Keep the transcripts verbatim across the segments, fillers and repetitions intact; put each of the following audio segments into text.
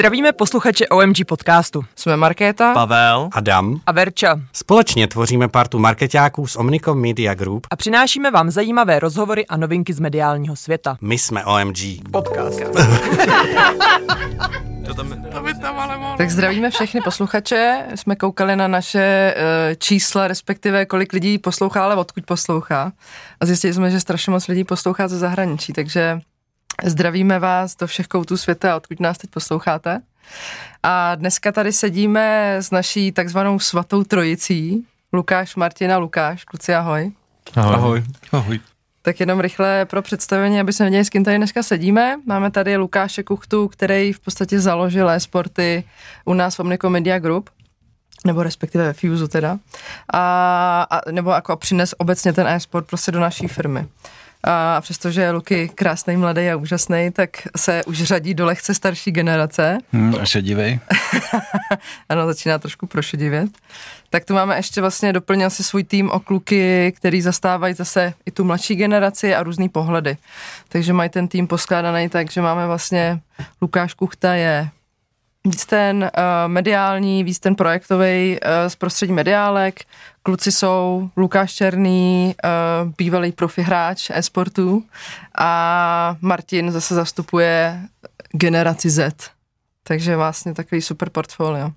Zdravíme posluchače O M G podcastu. Jsme Markéta, Pavel, Adam a Verča. Společně tvoříme partu markeťáků z Omnicom Media Group a přinášíme vám zajímavé rozhovory a novinky z mediálního světa. My jsme O M G podcast. Tak zdravíme všechny posluchače. Jsme koukali na naše uh, čísla, respektive kolik lidí poslouchá, ale odkud poslouchá. A zjistili jsme, že strašně moc lidí poslouchá ze zahraničí, takže zdravíme vás do všech koutů světa, odkud nás teď posloucháte. A dneska tady sedíme s naší takzvanou svatou trojicí. Lukáš, Martina, Lukáš. Kluci, ahoj. Ahoj. Ahoj. Ahoj. Tak jenom rychle pro představení, aby jsme věděli, s kým tady dneska sedíme. Máme tady Lukáše Kuchtu, který v podstatě založil e-sporty u nás v Omnicom Media Group, nebo respektive ve Fuse teda, a, a, nebo jako přines obecně ten e-sport prostě do naší firmy. A přestože je Luky krásnej, mladý a úžasný, tak se už řadí do lehce starší generace. Hmm, a šedivej. Ano, začíná trošku prošedivět. Tak tu máme ještě vlastně, doplnil si svůj tým o kluky, který zastávají zase i tu mladší generaci a různý pohledy. Takže mají ten tým poskládaný tak, že máme vlastně Lukáš Kuchta je víc ten uh, mediální, víc ten projektový uh, z prostředí mediálek. Kluci jsou Lukáš Černý, uh, bývalý profi hráč e-sportu a Martin zase zastupuje generaci Z. Takže vlastně takový super portfolio.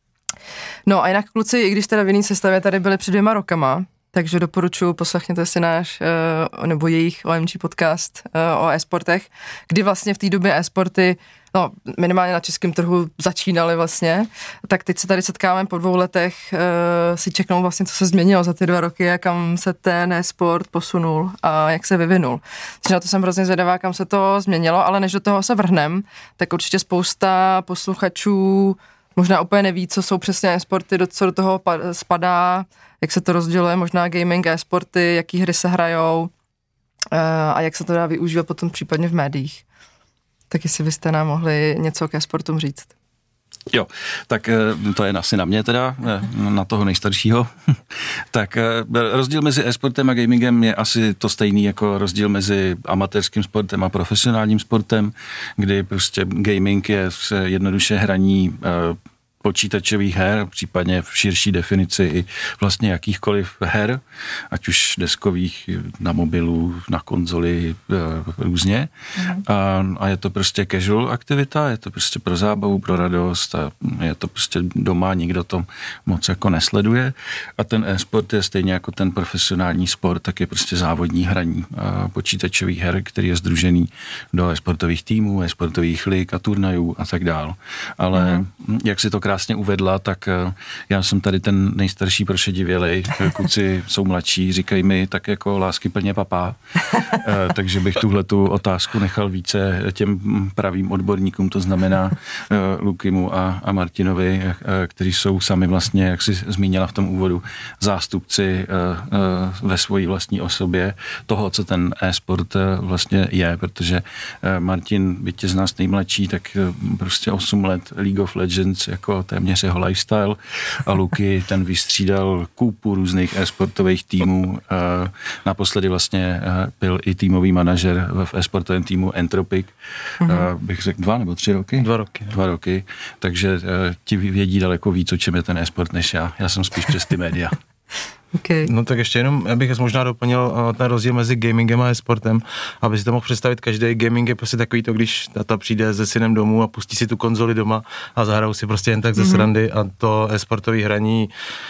No a jinak kluci, i když teda v jiný sestavě tady byli před dvěma rokama, takže doporučuji, poslechněte si náš uh, nebo jejich O M G podcast uh, o e-sportech, kdy vlastně v té době e-sporty, no minimálně na českém trhu začínaly vlastně, tak teď se tady setkáváme po dvou letech uh, si čeknou vlastně, co se změnilo za ty dva roky a kam se ten e-sport posunul a jak se vyvinul. Takže na to jsem hrozně zvědavá, kam se to změnilo, ale než do toho se vrhnem, tak určitě spousta posluchačů možná úplně neví, co jsou přesně e-sporty, do, co do toho spadá, jak se to rozděluje, možná gaming, e-sporty, jaký hry se hrajou a jak se to dá využívat potom případně v médiích. Tak jestli byste nám mohli něco k e-sportům říct. Jo, tak to je asi na mě teda, na toho nejstaršího. Tak rozdíl mezi e-sportem a gamingem je asi to stejný jako rozdíl mezi amatérským sportem a profesionálním sportem, kdy prostě gaming je jednoduše hraní počítačových her, případně v širší definici i vlastně jakýchkoliv her, ať už deskových, na mobilu, na konzoli, různě. A, a je to prostě casual aktivita, je to prostě pro zábavu, pro radost a je to prostě doma, nikdo to moc jako nesleduje. A ten e-sport je stejně jako ten profesionální sport, tak je prostě závodní hraní počítačových her, který je sdružený do e-sportových týmů, e-sportových lig a turnajů a tak dál. Ale mm. jak si to krásně uvedla, tak já jsem tady ten nejstarší prošedivělej, kluci jsou mladší, říkají mi tak jako láskyplně papá, takže bych tuhletu otázku nechal více těm pravým odborníkům, to znamená Lukimu a, a Martinovi, kteří jsou sami vlastně, jak jsi zmínila v tom úvodu, zástupci ve svojí vlastní osobě toho, co ten e-sport vlastně je, protože Martin, byť je z nás nejmladší, tak prostě osm let League of Legends jako téměř jeho lifestyle a Luky ten vystřídal kůpu různých e-sportových týmů. Naposledy vlastně byl i týmový manažer v e-sportovém týmu Entropic. Mm-hmm. Bych řekl dva nebo tři roky? Dva roky. Dva roky. Takže ti vědí daleko víc, o čem je ten e-sport než já. Já jsem spíš přes ty média. Okay. No tak ještě jenom, abych možná doplnil ten rozdíl mezi gamingem a e-sportem, aby si to mohl představit každý. Gaming je prostě takový to, když tata přijde se synem domů a pustí si tu konzoli doma a zahrajou si prostě jen tak ze mm-hmm. srandy, a to e-sportový hraní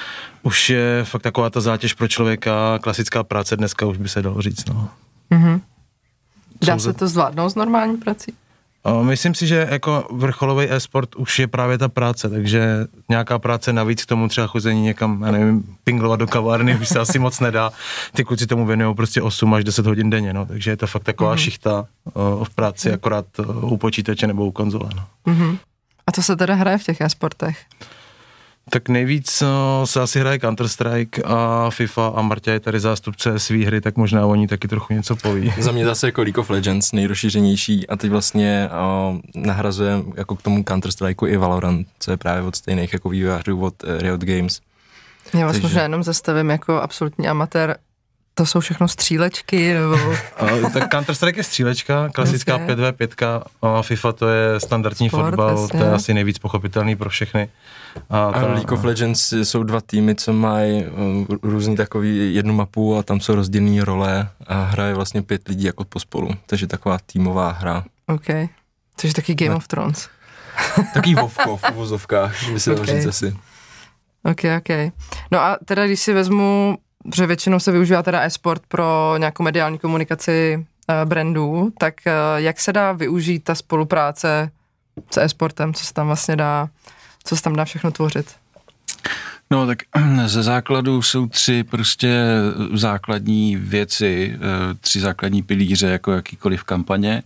už je fakt taková ta zátěž pro člověka, klasická práce dneska už by se dalo říct. No. Mm-hmm. Dá se to zvládnout s normální prací? Myslím si, že jako vrcholový e-sport už je právě ta práce, takže nějaká práce navíc k tomu třeba chození někam, já nevím, pinglovat do kavárny už se asi moc nedá. Ty kluci tomu věnují prostě osm až deset hodin denně, no, takže je to fakt taková mm-hmm. šichta o, v práci, mm-hmm. akorát o, u počítače nebo u konzole. No. Mm-hmm. A co se teda hraje v těch e-sportech? Tak nejvíc no, se asi hraje Counter-Strike a FIFA a Marta je tady zástupce svý hry, tak možná oni taky trochu něco poví. Za mě zase jako League of Legends nejrozšířenější a teď vlastně uh, nahrazuje jako k tomu Counter-Strikeu i Valorant, co je právě od stejných jako vývojářů od uh, Riot Games. Já vás Takže... možná jenom zastavím jako absolutní amatér. to jsou všechno střílečky, nebo... A, tak Counter-Strike je střílečka, klasická okay. pět vé pět, a FIFA to je standardní Sport, fotbal, jasně. To je asi nejvíc pochopitelný pro všechny. A, a ta, League of Legends jsou dva týmy, co mají různý takový jednu mapu a tam jsou rozdílné role a hraje vlastně pět lidí jako pospolu, takže taková týmová hra. OK, takže taky Game ne. of Thrones. Taký vovko v uvozovkách, by se dalo okay. říct asi. OK, OK. No a teda když si vezmu, že většinou se využívá teda e-sport pro nějakou mediální komunikaci uh, brandů, tak uh, jak se dá využít ta spolupráce s e-sportem, co se tam vlastně dá, co se tam dá všechno tvořit? No tak ze základu jsou tři prostě základní věci, tři základní pilíře jako jakýkoliv kampaně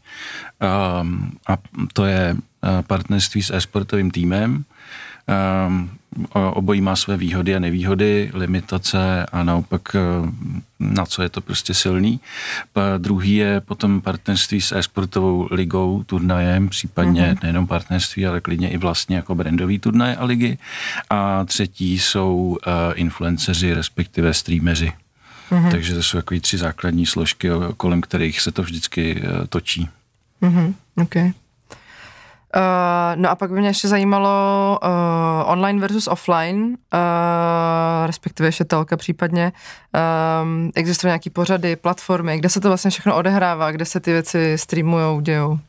a to je partnerství s e-sportovým týmem. Obojí má své výhody a nevýhody, limitace a naopak na co je to prostě silný. Druhý je potom partnerství s e-sportovou ligou, turnajem, případně mm-hmm. nejenom partnerství, ale klidně i vlastně jako brandový turnaje a ligy. A třetí jsou uh, influenceři, respektive streameři. Mm-hmm. Takže to jsou takový tři základní složky, kolem kterých se to vždycky uh, točí. Mm-hmm. Okay. Uh, no a pak by mě ještě zajímalo uh, online versus offline, uh, respektive ještě telka případně. Um, existují nějaký pořady, platformy, kde se to vlastně všechno odehrává, kde se ty věci streamujou, dějou?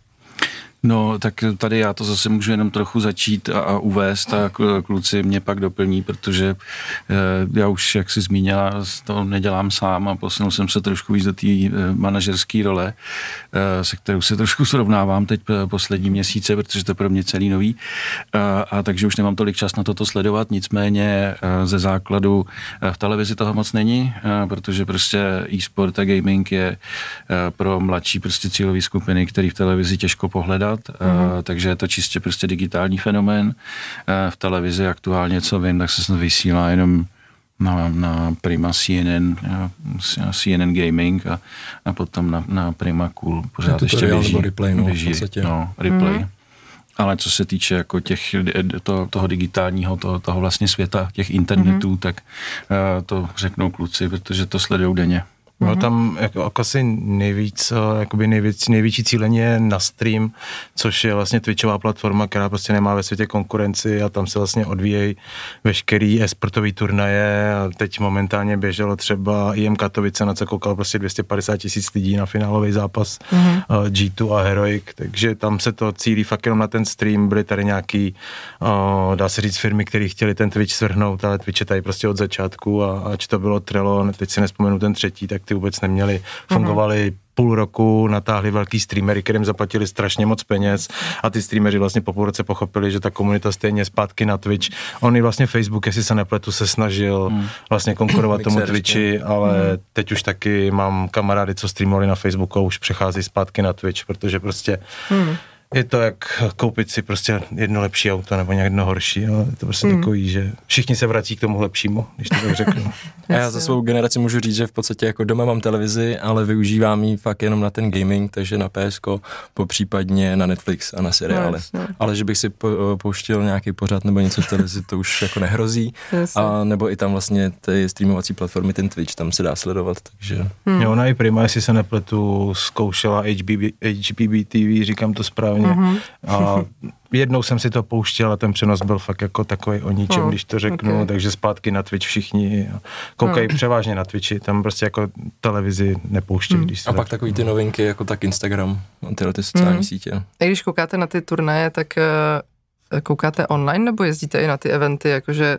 No, tak tady já to zase můžu jenom trochu začít a, a uvést a kluci mě pak doplní, protože e, já už, jak jsi zmínila, to nedělám sám a posunul jsem se trošku víc do té e, manažerské role, e, se kterou se trošku srovnávám teď poslední měsíce, protože to je pro mě celý nový a, a takže už nemám tolik čas na toto sledovat, nicméně e, ze základu e, v televizi toho moc není, e, protože prostě e-sport a gaming je e, pro mladší prostě cílové skupiny, který v televizi těžko pohledat. Mm-hmm. Uh, takže je to čistě prostě digitální fenomén. Uh, v televizi aktuálně, co vím, tak se snad vysílá jenom na, na Prima C N N, uh, C N N Gaming a, a potom na, na Prima Cool. Pořád ještě běží. Replay, no, běží, no, replay. Mm-hmm. Ale co se týče jako těch, to, toho digitálního, to, toho vlastně světa, těch internetů, mm-hmm. tak uh, to řeknou kluci, protože to sledujou denně. No tam jako, jako asi nejvíc, jakoby nejvíc, největší cílení je na stream, což je vlastně Twitchová platforma, která prostě nemá ve světě konkurenci a tam se vlastně odvíjejí veškerý e-sportový turnaje a teď momentálně běželo třeba I M Katovice, na co koukal prostě dvě stě padesát tisíc lidí na finálový zápas mm-hmm. G dva a Heroic, takže tam se to cílí fakt jenom na ten stream, byly tady nějaký, o, dá se říct, firmy, které chtěli ten Twitch svrhnout, ale Twitch je tady prostě od začátku a ač to bylo Trello, teď si nespomenu ten třetí, tak ty vůbec neměli, fungovali mm-hmm. půl roku, natáhli velký streamery, kterým zaplatili strašně moc peněz a ty streameři vlastně po půl roce pochopili, že ta komunita stejně zpátky na Twitch. On i vlastně Facebook, jestli se nepletu, se snažil mm. vlastně konkurovat tomu Twitchi, ale mm. teď už taky mám kamarády, co streamovali na Facebooku a už přechází zpátky na Twitch, protože prostě mm. je to jak koupit si prostě jedno lepší auto nebo nějak jedno horší, ale je to prostě mm. takový, že všichni se vrací k tomu lepšímu, když to tak řeknu. A já za svou generaci můžu říct, že v podstatě jako doma mám televizi, ale využívám ji fakt jenom na ten gaming, takže na P S ko, popřípadně na Netflix a na seriály. No, ale že bych si pouštěl nějaký pořad nebo něco v televizi, to už jako nehrozí. A nebo i tam vlastně ty streamovací platformy, ten Twitch, tam se dá sledovat, takže... Hmm. Jo, ona i Prima, jestli se nepletu, zkoušela H B B T V, říkám to správně. Mm-hmm. A jednou jsem si to pouštěl a ten přenos byl fakt jako takový o ničem, oh, když to řeknu, okay. takže zpátky na Twitch všichni koukají oh. převážně na Twitchi, tam prostě jako televizi nepouštějí. Mm. A pak takový ty novinky, jako tak Instagram, tyhle ty sociální mm. sítě. A když koukáte na ty turnaje, tak uh, koukáte online nebo jezdíte i na ty eventy, jakože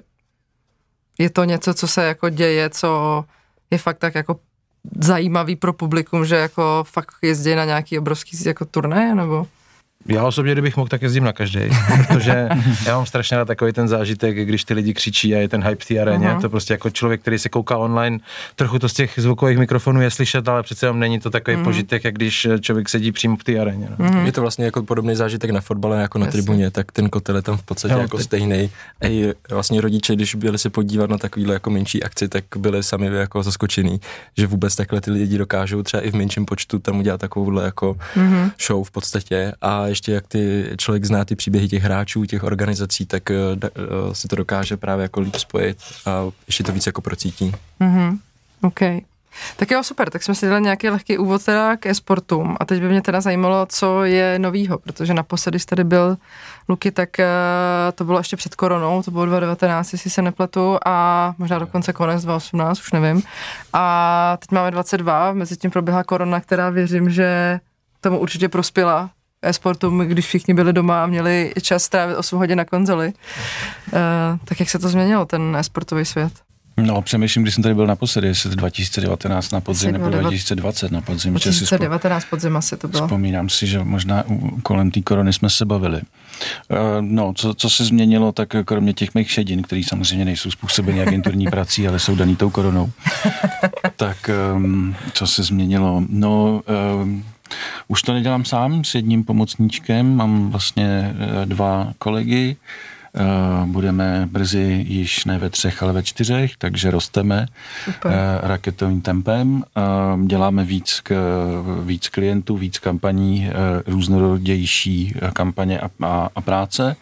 je to něco, co se jako děje, co je fakt tak jako zajímavý pro publikum, že jako fakt jezdí na nějaký obrovský jako turnaje, nebo... Já osobně, kdybych mohl, tak jezdím na každý, protože já mám strašně rád takový ten zážitek, když ty lidi křičí a je ten hype v té aréně, uh-huh. to prostě jako člověk, který se kouká online, trochu to z těch zvukových mikrofonů je slyšet, ale přece jenom není to takový uh-huh. požitek, jak když člověk sedí přímo v té aréně. No. Uh-huh. Je to vlastně jako podobný zážitek na fotbale, jako na yes. tribuně, tak ten kotel je tam v podstatě jo, jako teď... stejný. Ej, vlastně rodiče, když byli se podívat na takovýhle jako menší akci, tak byli sami jako zaskočený, že vůbec takhle ty lidi dokážou třeba i v menším počtu tam udělat takovouhle jako uh-huh. show v podstatě. A ještě jak ty člověk zná ty příběhy těch hráčů, těch organizací, tak uh, si to dokáže právě jako líp spojit a ještě to víc jako procítí. Mm-hmm. OK. Tak jo, super, tak jsme si dali nějaký lehký úvod teda k e-sportům a teď by mě teda zajímalo, co je novýho, protože naposledy, když tady byl Luky, tak uh, to bylo ještě před koronou, to bylo dva tisíce devatenáct, jestli se nepletu, a možná dokonce konec dva tisíce osmnáct, už nevím. A teď máme dvacet dva, mezi tím proběhla korona, která věřím, že tomu určitě prospěla e-sportům, když všichni byli doma a měli čas strávit osm hodin na konzoli. Uh, tak jak se to změnilo, ten e-sportový svět? No, přemýšlím, když jsem tady byl naposledy, jestli dva tisíce devatenáct na podzim nebo dva tisíce dvacet na podzim. dva tisíce devatenáct podzim asi to bylo. Vzpomínám si, že možná kolem té korony jsme se bavili. No, co, co se změnilo, tak kromě těch mých šedin, který samozřejmě nejsou způsobeny agenturní prací, ale jsou daný tou koronou. Tak um, co se změnilo? No, um, už to nedělám sám s jedním pomocníčkem, mám vlastně dva kolegy. Uh, budeme brzy již ne ve třech, ale ve čtyřech, takže rosteme uh, raketovým tempem. Uh, děláme víc, k, víc klientů, víc kampaní, uh, různorodější kampaně a, a, a práce.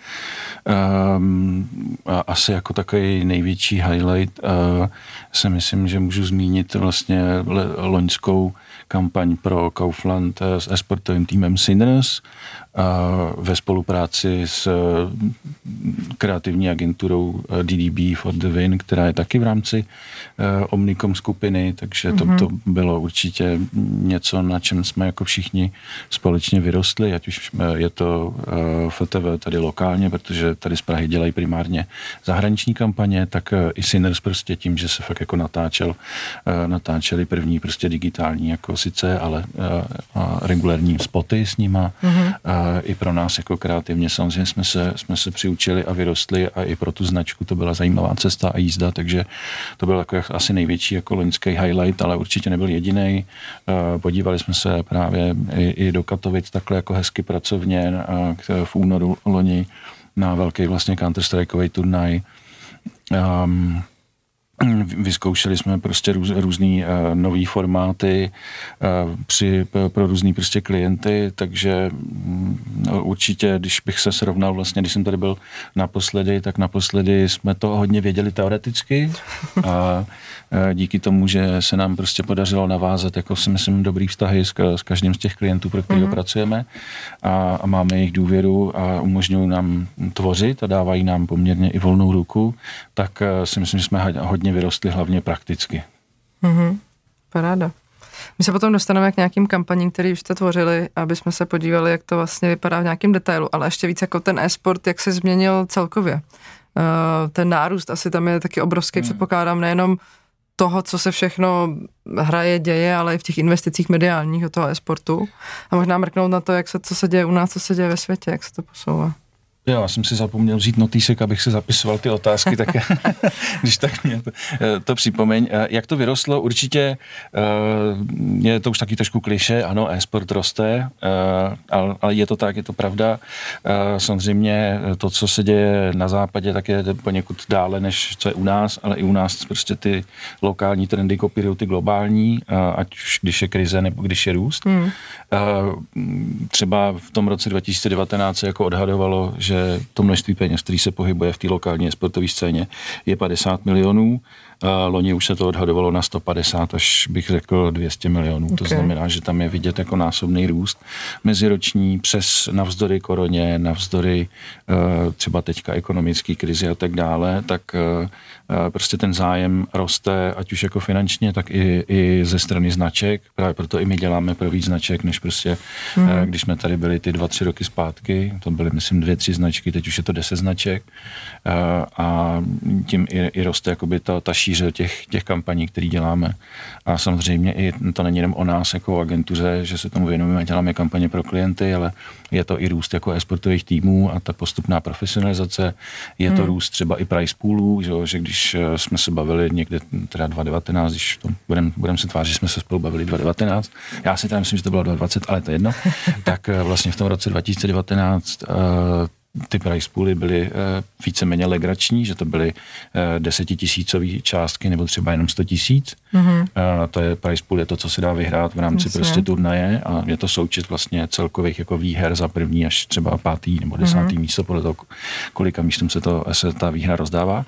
Um, a asi jako takový největší highlight uh, si myslím, že můžu zmínit vlastně le, loňskou kampaň pro Kaufland s e-sportovým týmem Sinners ve spolupráci s kreativní agenturou D D B for the Win, která je taky v rámci Omnicom skupiny, takže to, to bylo určitě něco, na čem jsme jako všichni společně vyrostli, ať už je to F T V tady lokálně, protože tady z Prahy dělají primárně zahraniční kampaně, tak i Sinners prostě tím, že se fakt jako natáčel, natáčeli první prostě digitální jako sice, ale regulární spoty s nima. Mm-hmm. I pro nás jako kreativně samozřejmě jsme se, jsme se přiučili a vyrostli a i pro tu značku to byla zajímavá cesta a jízda, takže to byl jako asi největší jako loňský highlight, ale určitě nebyl jedinej. Podívali jsme se právě i, i do Katovic takhle jako hezky pracovně v únoru loni na velký vlastně Counter-Strikeový turnaj. Um, Vyzkoušeli jsme prostě růz, různý uh, nový formáty uh, při, pro různý prostě klienty, takže no, určitě, když bych se srovnal vlastně, když jsem tady byl naposledy, tak naposledy jsme to hodně věděli teoreticky a uh, díky tomu, že se nám prostě podařilo navázat, jako si myslím, dobrý vztahy s, s každým z těch klientů, pro kterého mm-hmm. pracujeme a, a máme jejich důvěru a umožňují nám tvořit a dávají nám poměrně i volnou ruku, tak uh, si myslím, že jsme hodně vyrostli hlavně prakticky. Mm-hmm. Paráda. My se potom dostaneme k nějakým kampaním, které už jste tvořili, aby jsme se podívali, jak to vlastně vypadá v nějakém detailu, ale ještě víc jako ten e-sport, jak se změnil celkově. Uh, ten nárůst asi tam je taky obrovský, mm. předpokládám, nejenom toho, co se všechno hraje, děje, ale i v těch investicích mediálních do toho e-sportu. A možná mrknout na to, jak se, co se děje u nás, co se děje ve světě, jak se to posouvá. Jo, já jsem si zapomněl vzít notýsek, abych si zapisoval ty otázky, tak když tak mě to, to připomeň. Jak to vyrostlo? Určitě je to už taky trošku kliše, ano, e-sport roste, ale je to tak, je to pravda. Samozřejmě to, co se děje na západě, tak je poněkud dále, než co je u nás, ale i u nás prostě ty lokální trendy kopírují ty globální, ať už když je krize nebo když je růst. Hmm. Třeba v tom roce dva tisíce devatenáct se jako odhadovalo, že to množství peněz, který se pohybuje v té lokální sportové scéně, je padesát milionů. Loni už se to odhadovalo na sto padesát, až bych řekl dvě stě milionů. Okay. To znamená, že tam je vidět jako násobný růst meziroční přes navzdory koroně, navzdory třeba teďka ekonomické krizi a tak dále, tak prostě ten zájem roste, ať už jako finančně, tak i, i ze strany značek. Právě proto i my děláme pro víc značek, než prostě, mm. když jsme tady byli ty dva, tři roky zpátky, to byly, myslím, dvě, tři značky, teď už je to deset značek a tím i, i roste jakoby ta, ta šíře těch, těch kampaní, které děláme. A samozřejmě i to není jenom o nás jako o agentuře, že se tomu věnujeme a děláme kampaně pro klienty, ale je to i růst jako e-sportových týmů a ta postupná profesionalizace. Je to hmm. růst třeba i price poolů, že, že když jsme se bavili někde teda dva tisíce devatenáct, když budeme budem se tvářit, že jsme se spolu bavili dva tisíce devatenáct, já si teda myslím, že to bylo dva tisíce dvacet, ale to je jedno, tak vlastně v tom roce dva tisíce devatenáct uh, ty price pooly byly uh, víceméně legrační, že to byly uh, desetitisícový částky nebo třeba jenom sto tisíc. Mm-hmm. Uh, to je price pool, je to, co se dá vyhrát v rámci Myslím. prostě turnaje a je to součet vlastně celkových jako výher za první až třeba pátý nebo desátý mm-hmm. místo, podle toho, kolika místům se, to, se ta výhra rozdává.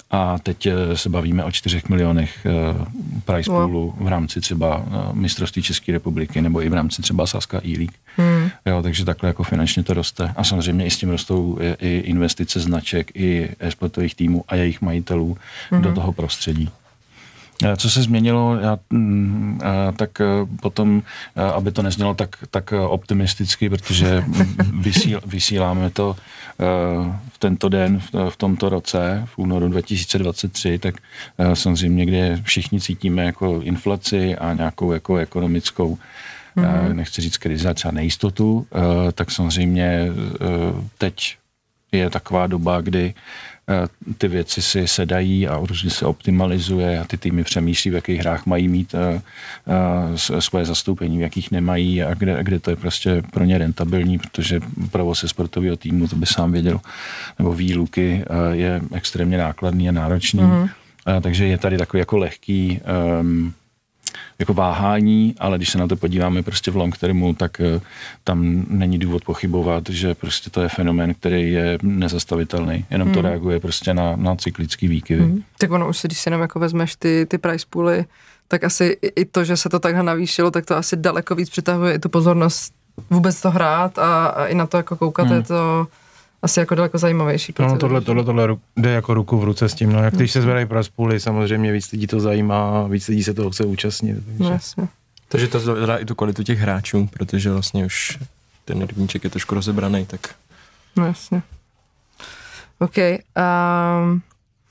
A teď se bavíme o čtyřech milionech prize poolu v rámci třeba mistrovství České republiky nebo i v rámci třeba Sazka E-League. Hmm. Jo, takže takhle jako finančně to roste. A samozřejmě i s tím rostou i investice značek, i e-sportových týmů a jejich majitelů hmm. do toho prostředí. Co se změnilo, já, tak potom, aby to neznělo tak, tak optimisticky, protože vysíl, vysíláme to v tento den, v tomto roce, v únoru dva tisíce dvacet tři, tak samozřejmě, kde všichni cítíme jako inflaci a nějakou jako ekonomickou, mm-hmm. nechci říct krizi, třeba nejistotu, tak samozřejmě teď je taková doba, kdy ty věci si sedají a různě se optimalizuje a ty týmy přemýšlí, v jakých hrách mají mít a, a svoje zastoupení, v jakých nemají a kde, kde to je prostě pro ně rentabilní, protože provoz sportovního týmu, to by sám věděl, nebo výluky je extrémně nákladný a náročný. Mm-hmm. A, takže je tady takový jako lehký um, jako váhání, ale když se na to podíváme prostě v long termu, tak uh, tam není důvod pochybovat, že prostě to je fenomén, který je nezastavitelný. Jenom mm. to reaguje prostě na, na cyklický výkyvy. Mm. Tak ono už si, když si jenom jako vezmeš ty, ty prize pooly, tak asi i to, že se to takhle navýšilo, tak to asi daleko víc přitahuje i tu pozornost vůbec to hrát a, a i na to jako koukat, mm. je to asi jako daleko zajímavější. No tohle, tohle, tohle jde jako ruku v ruce s tím, no jak když se zvedají prize pooly, samozřejmě víc lidí to zajímá, víc lidí se toho chce účastnit. Takže, no, jasně. takže to zvedá i tu kvalitu těch hráčů, protože vlastně už ten rybníček je trošku rozebraný, tak... No jasně. OK. Um,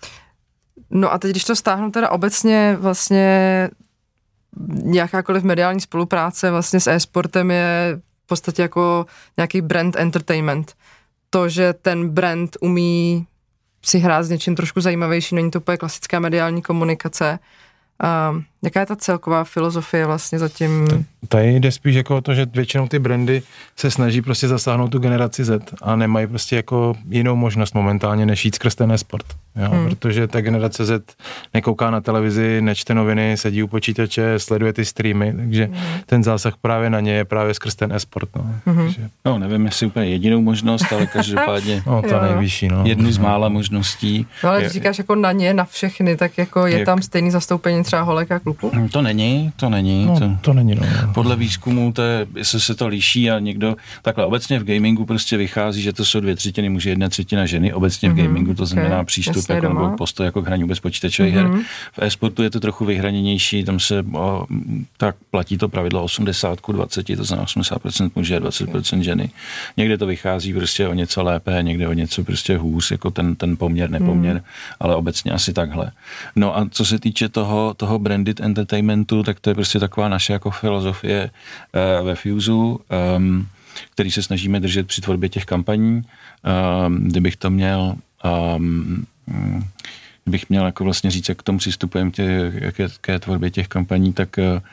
no a teď, když to stáhnu teda obecně, vlastně nějakákoliv mediální spolupráce vlastně s e-sportem je v podstatě jako nějaký brand entertainment. To, že ten brand umí si hrát s něčím trošku zajímavější, není to úplně klasická mediální komunikace. Uh, jaká je ta celková filozofie vlastně zatím? Tady jde spíš jako o to, že většinou ty brandy se snaží prostě zasáhnout tu generaci Z a nemají prostě jako jinou možnost momentálně, než jít skrz ten e-sport. Jo? Hmm. Protože ta generace Z nekouká na televizi, nečte noviny, sedí u počítače, sleduje ty streamy, takže hmm. ten zásah právě na ně je právě skrz ten e-sport. No, hmm. takže... no nevím, jestli úplně jedinou možnost, ale každopádně no, ta nejvyšší, no. jednu z mála možností. No, ale když říkáš jako na ně, na všechny, tak jako je jak... tam stejný zastoupení třeba holek a kluků? To není, to není. No, to, to není, no. Podle výzkumu, to je, jestli se to líší a někdo, takhle obecně v gamingu prostě vychází, že to jsou dvě třetiny muži, jedna třetina ženy, obecně v mm-hmm. gamingu, to znamená okay. přístup jako, nebo postoj jako k hraní vůbec počítačových mm-hmm. her. V e-sportu je to trochu vyhraněnější, tam se, o, tak platí to pravidlo osmdesát ku dvaceti, to znamená osmdesát procent muži a dvacet procent ženy. Někde to vychází prostě o něco lépe, někde o něco prostě hůř, jako ten, ten poměr, nepoměr, mm. ale obecně asi takhle. No a co se týče toho, toho branded entertainmentu, tak to je prostě taková naše jako filozofie uh, ve Fuseu, um, který se snažíme držet při tvorbě těch kampaní. Um, kdybych to měl um, kdybych měl jako vlastně říct, jak k tomu přistupujeme tě, ke, ke tvorbě těch kampaní, tak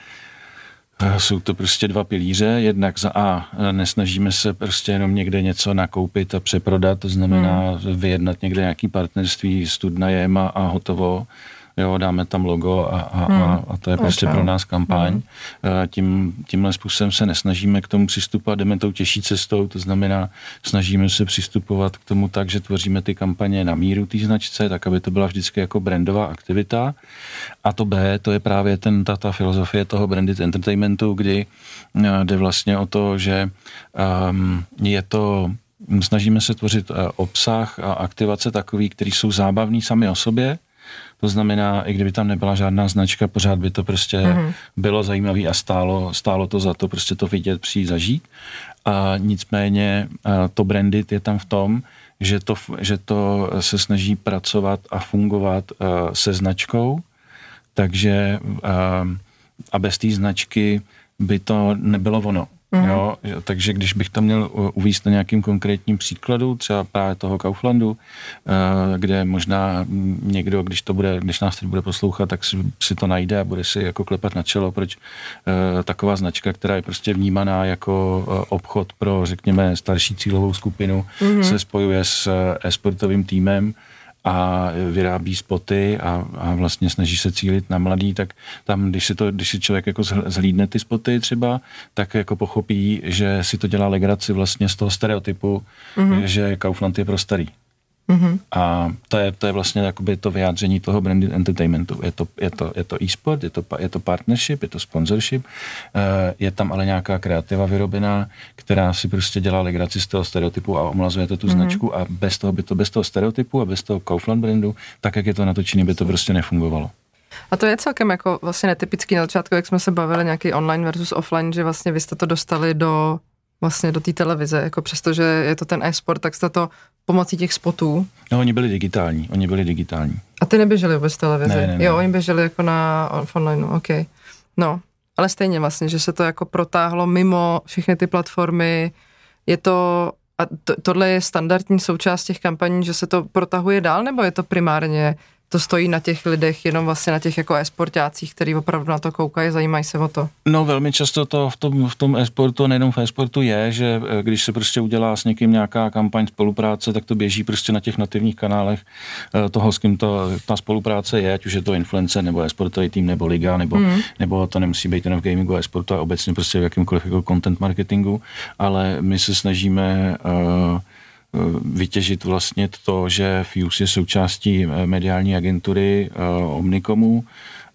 uh, jsou to prostě dva pilíře. Jednak za A nesnažíme se prostě jenom někde něco nakoupit a přeprodat, to znamená hmm. vyjednat někde nějaký partnerství s Tudnajem a, a hotovo. Jo, dáme tam logo a, a, hmm. a, a to je prostě okay. pro nás kampaň. Hmm. Tím, tímhle způsobem se nesnažíme k tomu přistupovat, jdeme tou těžší cestou, to znamená, snažíme se přistupovat k tomu tak, že tvoříme ty kampaně na míru té značce, tak aby to byla vždycky jako brandová aktivita. A to B, to je právě ten, ta, ta filozofie toho branded entertainmentu, kdy jde vlastně o to, že um, je to, snažíme se tvořit uh, obsah a aktivace takový, který jsou zábavný sami o sobě. To znamená, i kdyby tam nebyla žádná značka, pořád by to prostě mm-hmm. bylo zajímavé a stálo, stálo to za to prostě to vidět, přijít, zažít. A nicméně to branded je tam v tom, že to, že to se snaží pracovat a fungovat se značkou, takže a bez té značky by to nebylo ono. Mm. Jo, takže když bych to měl uvést na nějakým konkrétním příkladu, třeba právě toho Kauflandu, kde možná někdo, když to bude, když nás teď bude poslouchat, tak si, si to najde a bude si jako klepat na čelo, proč taková značka, která je prostě vnímaná jako obchod pro, řekněme, starší cílovou skupinu, mm. se spojuje s e-sportovým týmem a vyrábí spoty a, a vlastně snaží se cílit na mladý, tak tam, když si, to, když si člověk jako zhlídne ty spoty třeba, tak jako pochopí, že si to dělá legraci vlastně z toho stereotypu, mm-hmm. že Kaufland je pro starý. Mm-hmm. A to je, to je vlastně jakoby to vyjádření toho branded entertainmentu. Je to, je to, je to e-sport, je to, je to partnership, je to sponsorship, je tam ale nějaká kreativa vyrobená, která si prostě dělá legraci z toho stereotypu a omlazuje to tu mm-hmm. značku a bez toho by to, bez toho stereotypu a bez toho Kaufland brandu, tak jak je to natočený, by to prostě nefungovalo. A to je celkem jako vlastně netypický na začátku, jak jsme se bavili nějaký online versus offline, že vlastně vy jste to dostali do vlastně do té televize, jako přestože je to ten e-sport, tak jste to pomocí těch spotů. No, oni byli digitální, oni byli digitální. A ty neběželi vůbec televizi? Ne, ne, ne. Jo, oni běželi jako na online, ok. No, ale stejně vlastně, že se to jako protáhlo mimo všechny ty platformy, je to, a to, tohle je standardní součást těch kampaní, že se to protahuje dál, nebo je to primárně to stojí na těch lidech, jenom vlastně na těch jako e-sportácích, který opravdu na to koukají, zajímají se o to? No velmi často to v tom, v tom e-sportu, nejenom v e-sportu je, že když se prostě udělá s někým nějaká kampaň spolupráce, tak to běží prostě na těch nativních kanálech toho, s kým to, ta spolupráce je, ať už je to influencer, nebo e-sportový tým, nebo liga, nebo, mm. nebo to nemusí být jenom v gamingu a e-sportu, a obecně prostě v jakýmkoliv jako content marketingu, ale my se snažíme uh, vytěžit vlastně to, že Fuse je součástí mediální agentury uh, Omnicomu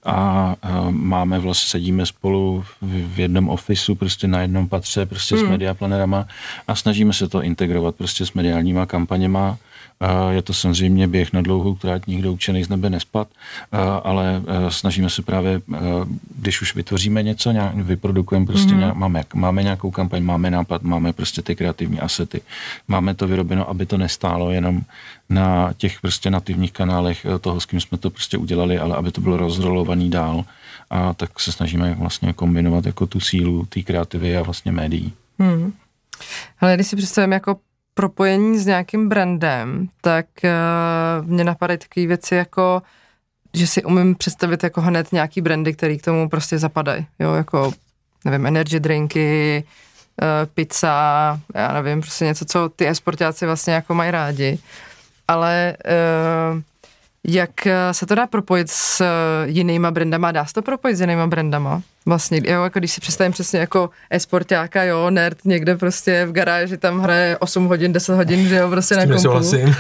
a uh, máme vlastně, sedíme spolu v, v jednom ofisu, prostě na jednom patře, prostě mm. s mediaplanerama a snažíme se to integrovat prostě s mediálníma kampaněma. Uh, je to samozřejmě běh na dlouhou tráť, nikdo učený z nebe nespad, uh, ale uh, snažíme se právě, uh, když už vytvoříme něco, nějak, vyprodukujeme prostě, mm. nějak, máme, máme nějakou kampaň, máme nápad, máme prostě ty kreativní asety, máme to vyrobeno, aby to nestálo jenom na těch prostě nativních kanálech toho, s kým jsme to prostě udělali, ale aby to bylo rozrolovaný dál, a tak se snažíme vlastně kombinovat jako tu sílu té kreativy a vlastně médií. Hmm. Ale když si představím jako propojení s nějakým brandem, tak uh, mě napadají takové věci jako, že si umím představit jako hned nějaký brandy, který k tomu prostě zapadají, jo, jako, nevím, energy drinky, uh, pizza, já nevím, prostě něco, co ty e-sportáci vlastně jako mají rádi, ale uh, jak se to dá propojit s jinýma brandama? Dá se to propojit s jinýma brandama? Vlastně, jo, jako když si představím přesně jako e-sportáka, jo, nerd někde prostě v garáži tam hraje osm hodin, deset hodin, že jo, prostě na kompu. Nesouhlasím.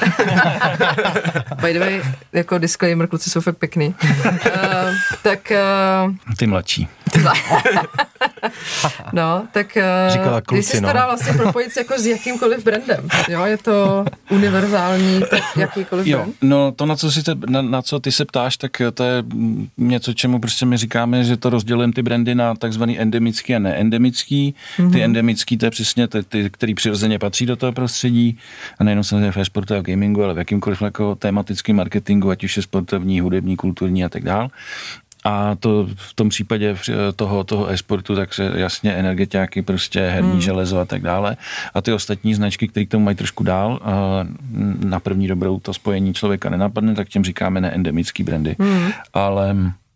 By the way, jako disclaimer, kluci jsou fakt pěkný. uh, tak... Uh, Ty mladší. No, tak Říkala kluci, když se to no. dá vlastně propojit jako s jakýmkoliv brandem, jo, je to univerzální, tak jakýkoliv jo, brand. no to, na co, si te, na, na co ty se ptáš, tak to je něco, čemu prostě my říkáme, že to rozdělujeme ty brandy na takzvaný endemický a neendemický. Mm-hmm. Ty endemický, to je přesně ty, ty, který přirozeně patří do toho prostředí, a nejenom samozřejmě v e-sportu a v gamingu, ale v jakýmkoliv jako tematickém marketingu, ať už je sportovní, hudební, kulturní a tak dál. A to v tom případě toho, toho e-sportu, tak se jasně energetiáky, prostě herní hmm. železo a tak dále. A ty ostatní značky, které k tomu mají trošku dál, na první dobrou to spojení člověka nenapadne, tak těm říkáme neendemický brandy. Hmm. Ale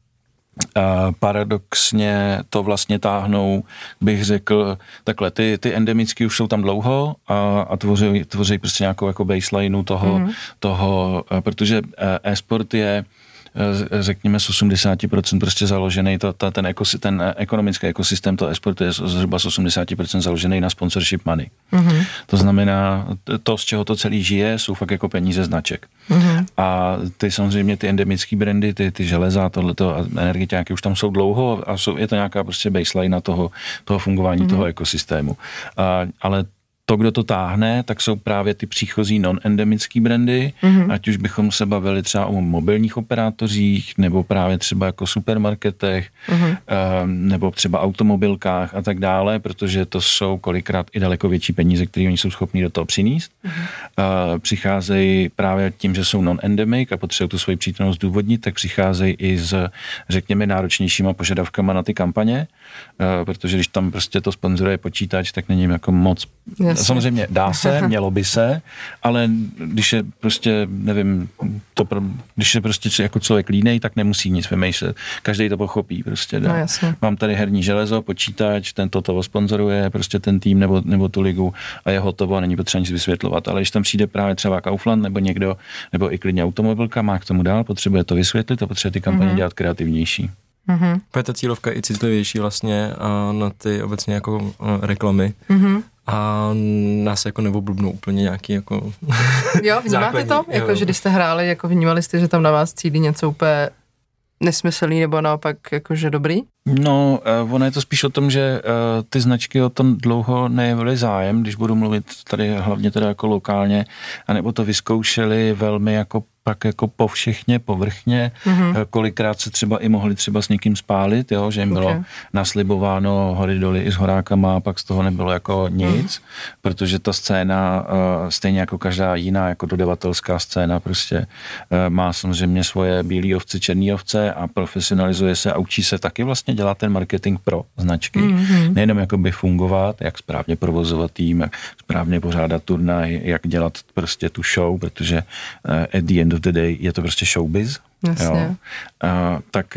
a paradoxně to vlastně táhnou, bych řekl, takhle, ty, ty endemický už jsou tam dlouho a, a tvoří, tvoří prostě nějakou jako baselineu toho, hmm. toho, protože e-sport je řekněme z osmdesát procent prostě založený, to, ta, ten, ekosy, ten ekonomický ekosystém toho e-sportu je zhruba z osmdesát procent založený na sponsorship money. Mm-hmm. To znamená, to, z čeho to celý žije, jsou fakt jako peníze značek. Mm-hmm. A ty samozřejmě ty endemický brandy, ty, ty železa, tohleto a energetiáky už tam jsou dlouho a jsou, je to nějaká prostě baseline toho, toho fungování mm-hmm. toho ekosystému. A, ale to, kdo to táhne, tak jsou právě ty příchozí non-endemický brandy, mm-hmm. ať už bychom se bavili třeba o mobilních operátorích, nebo právě třeba jako supermarketech, mm-hmm. nebo třeba automobilkách a tak dále, protože to jsou kolikrát i daleko větší peníze, které oni jsou schopní do toho přinést. Mm-hmm. Přicházejí právě tím, že jsou non-endemic a potřebují tu svoji přítomnost důvodnit, tak přicházejí i s, řekněme, náročnějšíma požadavkama na ty kampaně, protože když tam prostě to sponzoruje počítač, tak není jako moc. Jasně. Samozřejmě dá se, mělo by se, ale když je prostě, nevím, to, když je prostě jako člověk línej, tak nemusí nic vymýšlet. Každý to pochopí prostě. Dá. No, mám tady herní železo, počítač, ten toto sponzoruje, prostě ten tým nebo, nebo tu ligu a je hotovo a není potřeba nic vysvětlovat. Ale když tam přijde právě třeba Kaufland nebo někdo, nebo i klidně automobilka, má k tomu dál, potřebuje to vysvětlit a potřebuje ty kampaně mm-hmm. dělat kreativnější. Mm-hmm. Ta cílovka je i citlivější vlastně a na ty obecně jako reklamy. Mm-hmm. a nás jako neoblbnou úplně nějaký jako Jo, vnímáte to? Jako, že když jste hráli, jako vnímali jste, že tam na vás cílí něco úplně nesmyslný nebo naopak jakože dobrý? No, uh, ono je to spíš o tom, že uh, ty značky o tom dlouho nejevily zájem, když budu mluvit tady hlavně teda jako lokálně, anebo to vyzkoušeli velmi jako pak jako povšechně, povrchně, mm-hmm. kolikrát se třeba i mohli třeba s někým spálit, jo, že jim okay. bylo naslibováno hory doly i s horákama a pak z toho nebylo jako nic, mm. protože ta scéna, uh, stejně jako každá jiná jako dodavatelská scéna, prostě uh, má samozřejmě svoje bílý ovce, černý ovce a profesionalizuje se a učí se taky vlastně dělat ten marketing pro značky. Mm-hmm. Nejenom jakoby fungovat, jak správně provozovat tým, jak správně pořádat turnaj, jak dělat prostě tu show, protože uh, at the end of the day je to prostě showbiz. Jo. A, tak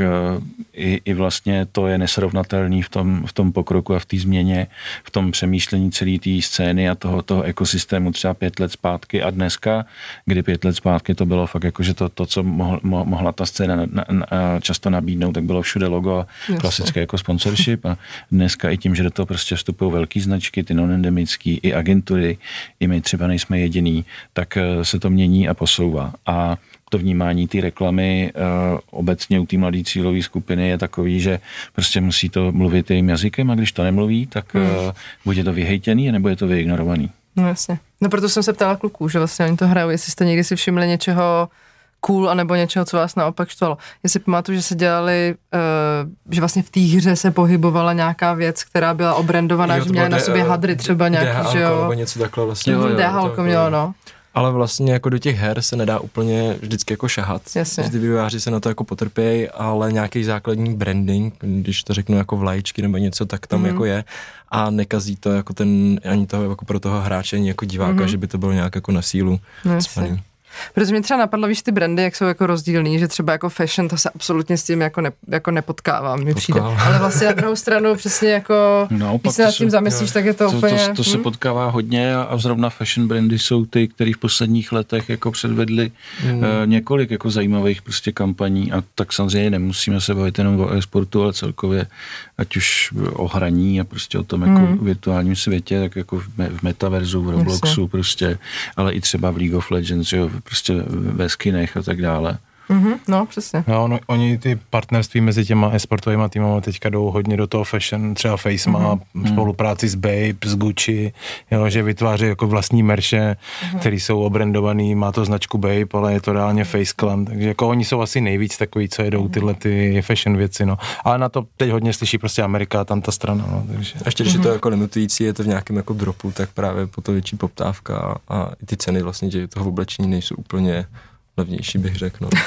i, i vlastně to je nesrovnatelný v tom, v tom pokroku a v té změně, v tom přemýšlení celé té scény a toho, toho ekosystému třeba pět let zpátky a dneska, kdy pět let zpátky to bylo fakt jako, že to, to co mohl, mohla ta scéna na, na, často nabídnout, tak bylo všude logo a klasické jako sponsorship a dneska i tím, že do toho prostě vstupují velký značky, ty non-endemický, i agentury, i my třeba nejsme jediný, tak se to mění a posouvá. A to vnímání té reklamy uh, obecně u té mladé cílové skupiny je takový, že prostě musí to mluvit jejím jazykem a když to nemluví, tak uh, buď je to vyhejtěný, nebo je to vyignorovaný. No jasně. No proto jsem se ptala kluků, že vlastně oni to hrajou, jestli jste někdy si všimli něčeho cool, anebo něčeho, co vás naopak štvalo. Já si pamatuju, že se dělali, uh, že vlastně v té hře se pohybovala nějaká věc, která byla obrandovaná, jo, že měla na sobě hadry třeba nějaký, že jo. Nebo něco takhle vlastně. D H L mělo, no. Ale vlastně jako do těch her se nedá úplně vždycky jako šahat. Jasně. Ty vývojáři se na to jako potrpějí, ale nějaký základní branding, když to řeknu jako vlajčky nebo něco, tak tam mm. jako je a nekazí to jako ten, ani toho jako pro toho hráče, ani jako diváka, mm. že by to bylo nějak jako na sílu. Jasně. Protože mě třeba napadlo, víš, ty brandy, jak jsou jako rozdílný, že třeba jako fashion, to se absolutně s tím jako, ne, jako nepotkávám, mi přijde. Ale vlastně na druhou stranu přesně jako, no, když se nad tím zamyslíš, tak je to, to úplně... To, to, to se potkává hodně a, a zrovna fashion brandy jsou ty, který v posledních letech jako předvedli mm. uh, několik jako zajímavých prostě kampaní a tak samozřejmě nemusíme se bavit jenom o e-sportu, ale celkově ať už o hraní a prostě o tom jako mm. virtuálním světě, tak jako v, me, v metaverzu, v Robloxu Jasně. prostě, ale i třeba v League of Legends, jo, prostě ve skinech a tak dále. Mm-hmm, no, přesně. No, no, oni ty partnerství mezi těma e-sportovými týmama teďka jdou hodně do toho fashion, třeba Face má mm-hmm. spolupráci s Babe, s Gucci, jo, že vytváří jako vlastní merše, mm-hmm. který jsou obrandovaný, má to značku Babe, ale je to reálně Face Clan, takže jako oni jsou asi nejvíc takový, co jedou tyhle ty fashion věci, no. Ale na to teď hodně slyší prostě Amerika, tam ta strana, no, takže. A ještě, když mm-hmm. je to jako limitující, je to v nějakém jako dropu, tak právě po to větší poptávka a i ty ceny vlastně že toho oblečení nejsou úplně levnější, bych řekl. No.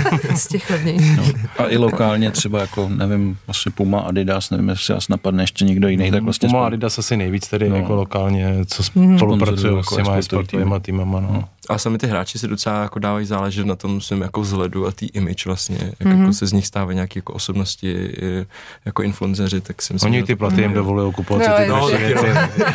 Z těch levnějších. No. A i lokálně třeba jako, nevím, asi Puma, Adidas, nevím, jestli asi napadne ještě někdo jiný, tak vlastně... Puma, spolu... Adidas asi nejvíc tady no. jako lokálně, co spolupracují s těma sportovýma týmama, no. A sami ty hráči si docela jako dávají záležet na tom svém jako vzhledu a tý image vlastně, jak mm-hmm. jako se z nich stávají nějaké jako osobnosti, jako influenceři, tak si myslím... Oni ty platy jim dovolují kupovat no, ty další věci.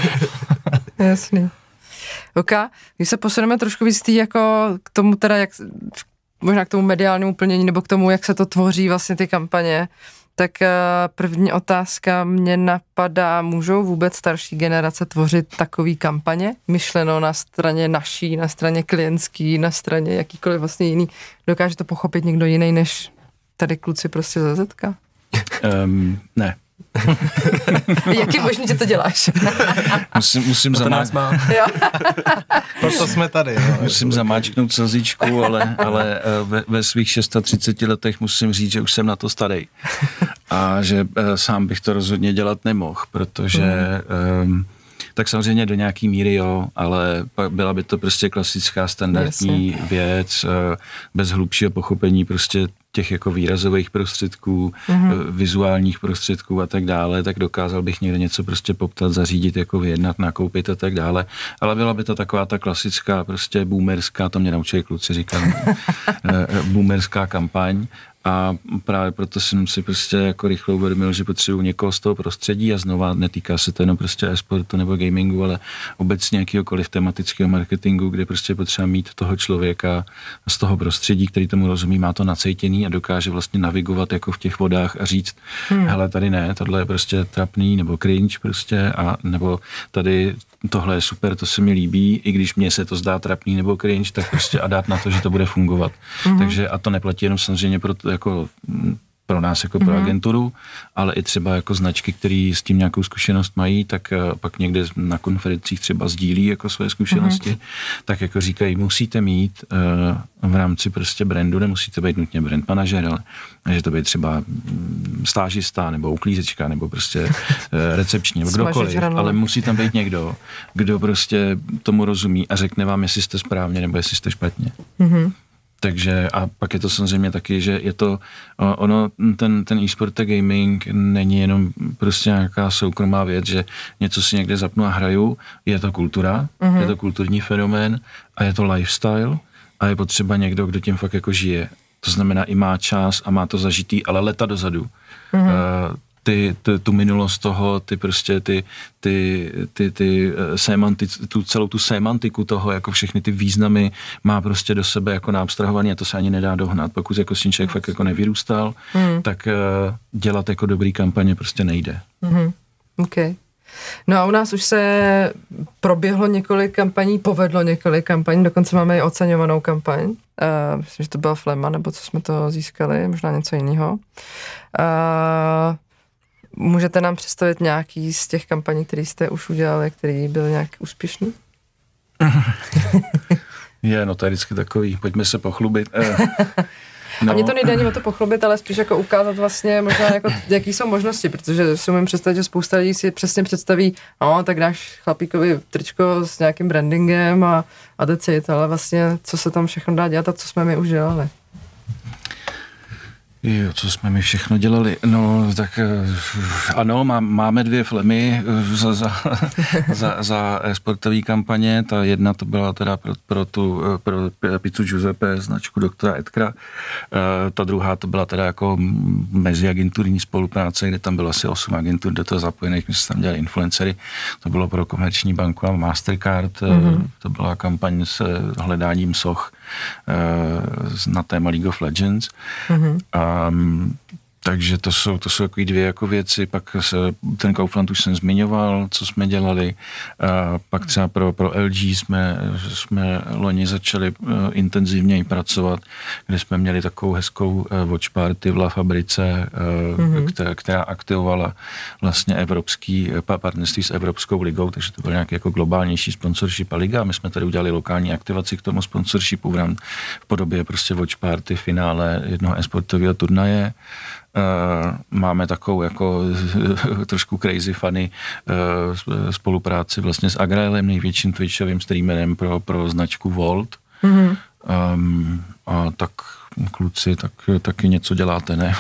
Jasný. Ok, když se posuneme trošku víc tý jako k tomu teda, jak, možná k tomu mediálnímu plnění, nebo k tomu, jak se to tvoří vlastně ty kampaně, tak první otázka mě napadá, můžou vůbec starší generace tvořit takový kampaně? Myšleno na straně naší, na straně klientský, na straně jakýkoliv vlastně jiný. Dokáže to pochopit někdo jiný, než tady kluci prostě ze Zetka? Um, ne. Jak je možný, že to děláš? musím musím zamáčknout. Proto jsme tady. No. Musím zamáčknout slzičku, ale, ale ve, ve svých třiceti šesti letech musím říct, že už jsem na to starý. A že sám bych to rozhodně dělat nemohl, protože um, tak samozřejmě do nějaký míry jo, ale byla by to prostě klasická standardní Jasně. věc, bez hlubšího pochopení prostě těch jako výrazových prostředků, mm-hmm. vizuálních prostředků a tak dále, tak dokázal bych někde něco prostě poptat, zařídit, jako vyjednat, nakoupit a tak dále. Ale byla by to taková ta klasická prostě boomerská, to mě naučili kluci, říkám, boomerská kampaň. A právě proto jsem si prostě jako rychle uvědomil, že potřebuji někoho z toho prostředí a znova netýká se to jenom prostě e-sportu nebo gamingu, ale obecně jakýhokoliv tematického marketingu, kde prostě potřeba mít toho člověka z toho prostředí, který tomu rozumí, má to nacejtěný a dokáže vlastně navigovat jako v těch vodách a říct, hmm. hele, tady ne, tohle je prostě trapný nebo cringe prostě a nebo tady tohle je super, to se mi líbí, i když mně se to zdá trapný nebo cringe, tak prostě a dát na to, že to bude fungovat. Mm-hmm. Takže a to neplatí jenom samozřejmě pro to, jako pro nás jako pro mm-hmm. agenturu, ale i třeba jako značky, které s tím nějakou zkušenost mají, tak pak někde na konferencích třeba sdílí jako své zkušenosti, mm-hmm. tak jako říkají, musíte mít uh, v rámci prostě brandu, nemusíte být nutně brand manažer, ale že to být třeba stážista nebo uklízečka nebo prostě uh, recepční nebo kdokoliv, ale musí tam být někdo, kdo prostě tomu rozumí a řekne vám, jestli jste správně nebo jestli jste špatně. Mm-hmm. Takže a pak je to samozřejmě taky, že je to, ono, ten, ten e-sport a gaming není jenom prostě nějaká soukromá věc, že něco si někde zapnu a hraju, je to kultura, mm-hmm. je to kulturní fenomén a je to lifestyle a je potřeba někdo, kdo tím fakt jako žije. To znamená i má čas a má to zažitý, ale leta dozadu. Mm-hmm. Uh, Ty, ty, tu minulost toho, ty prostě ty, ty, ty, ty semantic, tu celou tu semantiku toho, jako všechny ty významy má prostě do sebe jako náabstrahovaný a to se ani nedá dohnat. Pokud jako s tím člověk fakt jako nevyrůstal, mm. tak uh, dělat jako dobrý kampaně prostě nejde. Mm-hmm. OK. No a u nás už se proběhlo několik kampaní, povedlo několik kampaní, dokonce máme i oceňovanou kampaň. Uh, myslím, že to byla Flema, nebo co jsme to získali, možná něco jiného. Uh, Můžete nám představit nějaký z těch kampaní, které jste už udělali, který byl nějak úspěšný? Je, no to je vždycky takový, pojďme se pochlubit. No. A mně to nejde ani o to pochlubit, ale spíš jako ukázat vlastně možná, jako, jaký jsou možnosti, protože si umím představit, že spousta lidí si přesně představí, no, tak dáš chlapíkovi tričko s nějakým brandingem a, a decit, ale vlastně, co se tam všechno dá dělat a co jsme my už dělali. Jo, co jsme my všechno dělali? No, tak ano, má, máme dvě flemy za, za, za, za sportovní kampaně. Ta jedna to byla teda pro, pro tu pro pizzu Giuseppe, značku doktora Edkra. Ta druhá to byla teda jako meziagenturní spolupráce, kde tam bylo asi osm agentur do toho zapojených, my jsme tam dělali influencery. To bylo pro Komerční banku a Mastercard. Mm-hmm. To byla kampaň s hledáním soch na téma League of Legends. Mm-hmm. Um, takže to jsou, to jsou takový dvě jako věci, pak se, ten Kaufland už jsem zmiňoval, co jsme dělali, a pak třeba pro, pro L G jsme, jsme loni začali uh, intenzivněji pracovat, kde jsme měli takovou hezkou uh, watch party v La Fabrice, uh, mm-hmm. která, která aktivovala vlastně evropský uh, partnerství s Evropskou ligou, takže to byl nějaký jako globálnější sponsorship a liga. My jsme tady udělali lokální aktivaci k tomu sponsorshipu v, rám, v podobě prostě watch party, finále jednoho e-sportového turnaje. Uh, máme takovou jako trošku crazy funny uh, spolupráci vlastně s Agraelem, největším twitchovým streamerem pro, pro značku Volt. Mm-hmm. Um, a tak kluci, tak taky něco děláte, ne?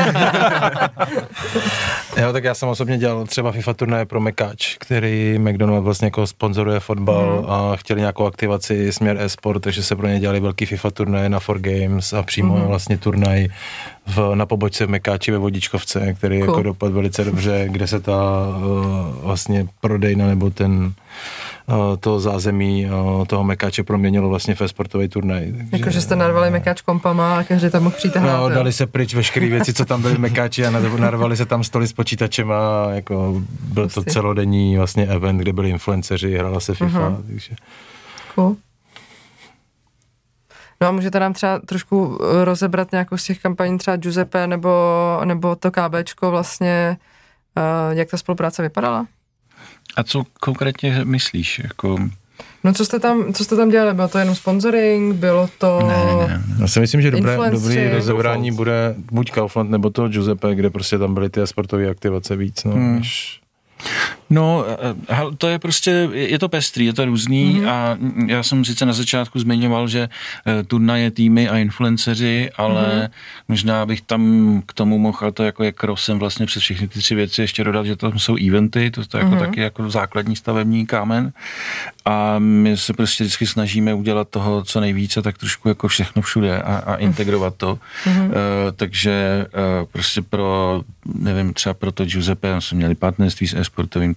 Jo, tak já jsem osobně dělal třeba FIFA turnaje pro Mekáč, který McDonald vlastně jako sponzoruje fotbal mm. a chtěli nějakou aktivaci směr e-sport, takže se pro ně dělali velký FIFA turnaje na four games a přímo mm. vlastně turnaj v, na pobočce v Mekáči ve Vodičkovce, který cool. jako dopadl velice dobře, kde se ta uh, vlastně prodejna nebo ten to zázemí toho Mekáče proměnilo vlastně ve sportový turnaj. Jakože jste narvali Mekáč kompama a každý tam mohl přijít a hrát. No, dali se pryč veškeré věci, co tam byly v Mekáči a narvali se tam stoly s počítačem a jako byl to celodenní vlastně event, kde byli influenceři, hrála se FIFA. Uh-huh. Takže. Cool. No a můžete nám třeba trošku rozebrat nějakou z těch kampaní, třeba Giuseppe nebo, nebo to KBčko vlastně, jak ta spolupráce vypadala? A co konkrétně myslíš? Jako... No co jste tam, co jste tam dělali? Bylo to jenom sponsoring? Bylo to... Ne, ne, ne. Já si myslím, že dobré, dobrý rozebrání bude buď Kaufland nebo to Giuseppe, kde prostě tam byly ty sportové aktivace víc. No, hmm. než... No, to je prostě, je to pestrý, je to různý mm-hmm. a já jsem sice na začátku zmiňoval, že turnaje, týmy a influenceři, ale mm-hmm. možná bych tam k tomu mohl, ale to jako je krosem vlastně přes všechny ty tři věci ještě dodat, že tam jsou eventy, to je jako mm-hmm. taky jako základní stavební kámen a my se prostě vždycky snažíme udělat toho co nejvíce, tak trošku jako všechno všude a, a integrovat to. Mm-hmm. Uh, takže uh, prostě pro, nevím, třeba pro to Giuseppe jsme měli partnerství s e-sportovým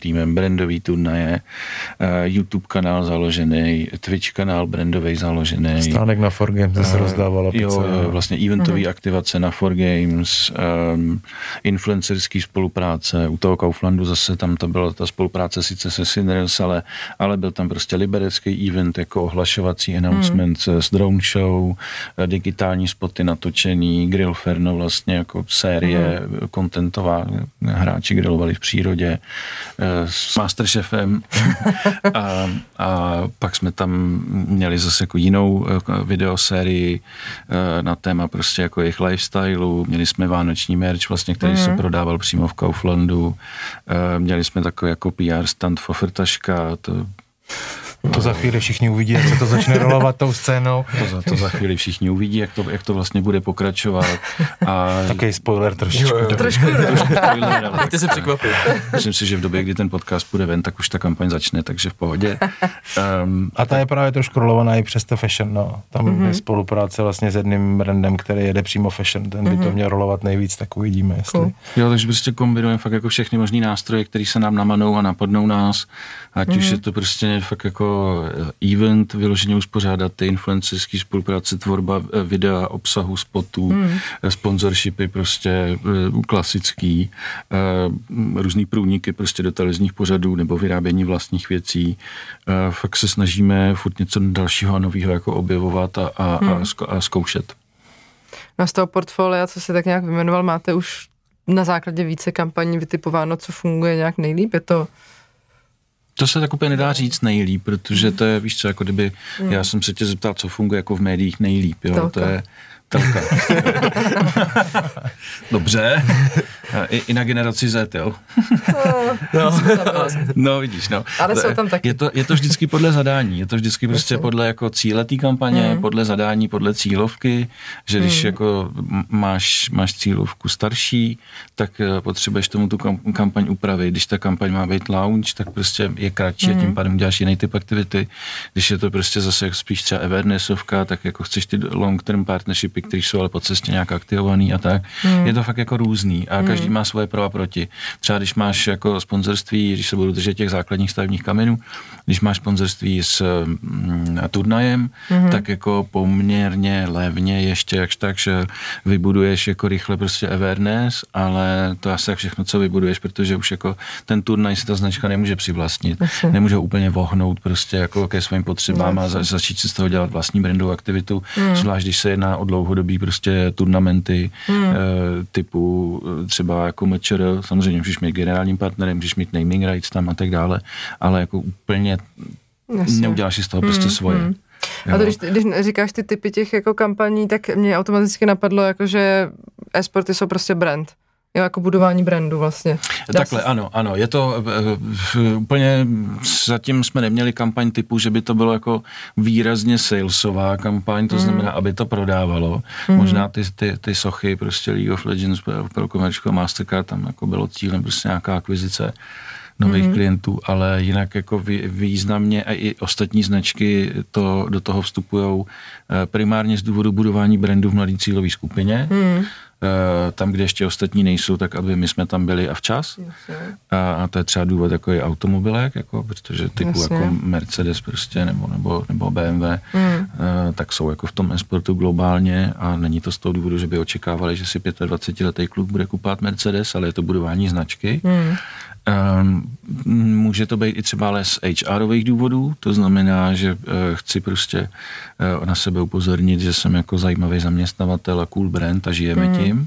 týmem, brandový turnaje, YouTube kanál založený, Twitch kanál brandový založený. Stánek na four games se rozdávalo. Jo, vlastně eventový uh-huh. aktivace na four games, um, influencerský spolupráce, u toho Kauflandu zase tam to byla ta spolupráce sice se Sinners, ale, ale byl tam prostě liberecký event jako ohlašovací announcement uh-huh. s drone show, digitální spoty natočený, Grillferno vlastně jako série uh-huh. kontentová, hráči grillovali v přírodě s Masterchefem a, a pak jsme tam měli zase jako jinou videosérii na téma prostě jako jejich lifestyleu, měli jsme vánoční merch vlastně, který mm-hmm. se prodával přímo v Kauflandu, měli jsme takový jako P R stand Fofrtaška, to To za chvíli všichni uvidí, jak se to začne rolovat tou scénou. To za, to za chvíli všichni uvidí, jak to, jak to vlastně bude pokračovat. A takový spoiler trošičku. Jo, jo. Trošku, trošku spoiler, ale ty se překvapil. Myslím si, že v době, kdy ten podcast půjde ven, tak už ta kampaň začne, takže v pohodě. Um, a ta je právě trošku rolovaná i přes to fashion. No. Tam mm-hmm. je spolupráce vlastně s jedním brandem, který jede přímo fashion. Ten by mm-hmm. to měl rolovat nejvíc, tak uvidíme. Jestli. Cool. Jo, takže prostě kombinujeme fakt jako všechny možný nástroje, které se nám namanou a napadnou nás. Ať mm-hmm. už je to prostě fakt jako event, vyloženě uspořádat ty influencerský spolupráce, tvorba videa, obsahu, spotů, mm. sponsorshipy prostě klasický, různý průniky prostě do televizních pořadů nebo vyrábění vlastních věcí. Fakt se snažíme furt něco dalšího a nového jako objevovat a, a, mm. a zkoušet. No z toho portfolia, co si tak nějak vyjmenoval, máte už na základě více kampaní vytipováno, co funguje nějak nejlíp? Je to To se tak úplně nedá říct nejlíp, protože to je, víš co, jako kdyby, mm. já jsem se tě zeptal, co funguje jako v médiích nejlíp, jo, Telka. To je telka. Dobře. I, I na generaci Z, jo. no. no, vidíš, no. Ale jsou tam taky. Je to, je to vždycky podle zadání, je to vždycky prostě podle jako cíle té kampaně, mm. podle zadání, podle cílovky, že když mm. jako máš, máš cílovku starší, tak potřebuješ tomu tu kampaň upravit. Když ta kampaň má být launch, tak prostě je kratší mm. a tím pádem děláš jiný typ aktivity. Když je to prostě zase spíš třeba awarenessovka, tak jako chceš ty long-term partnershipy, které jsou ale po cestě nějak aktivovaný a tak. Mm. Je to fakt jako různý a každý mm. má svoje pro a proti. Třeba když máš jako sponzorství, když se budu držet těch základních stavebních kamenů, když máš sponzorství s mm, turnajem, mm. tak jako poměrně levně ještě jakž tak, že vybuduješ jako rychle prostě awareness, ale to asi všechno, co vybuduješ, protože už jako ten turnaj si ta značka nemůže přivlastnit. Asi. Nemůže úplně vohnout prostě jako ke svým potřebám Asi. a za, začít si z toho dělat vlastní brandovou aktivitu, mm. zvlášť když se jedná o dlouhodobý prostě turnamenty mm. e, typu třeba jako M Č R, samozřejmě můžeš mít generálním partnerem, můžeš mít naming rights tam a tak dále, ale jako úplně Jasně. neuděláš si z toho prostě mm. svoje. Mm. A to, když, když říkáš ty typy těch jako kampaní, tak mě automaticky napadlo, jako, že e-sporty jsou prostě brand. Jo, jako budování brandu vlastně. Dá Takhle, se... ano, ano. Je to uh, úplně, zatím jsme neměli kampaň typu, že by to bylo jako výrazně salesová kampaň, to mm. znamená, aby to prodávalo. Mm. Možná ty, ty, ty sochy, prostě League of Legends, pro komerčko Mastercard, tam jako bylo cílem prostě nějaká akvizice nových mm. klientů, ale jinak jako významně a i ostatní značky to, do toho vstupujou primárně z důvodu budování brandu v mladé cílové skupině. Mm. Tam, kde ještě ostatní nejsou, tak aby my jsme tam byli a včas. A, a to je třeba důvod jako je automobilek, jako, protože typu Jasně. jako Mercedes prostě, nebo, nebo, nebo B M W, mm. tak jsou jako v tom e-sportu globálně a není to z toho důvodu, že by očekávali, že si dvacetiletý kluk bude kupovat Mercedes, ale je to budování značky. Mm. Um, může to být i třeba ale z H R-ových důvodů, to znamená, že uh, chci prostě uh, na sebe upozornit, že jsem jako zajímavý zaměstnavatel a cool brand a žijeme mm. tím.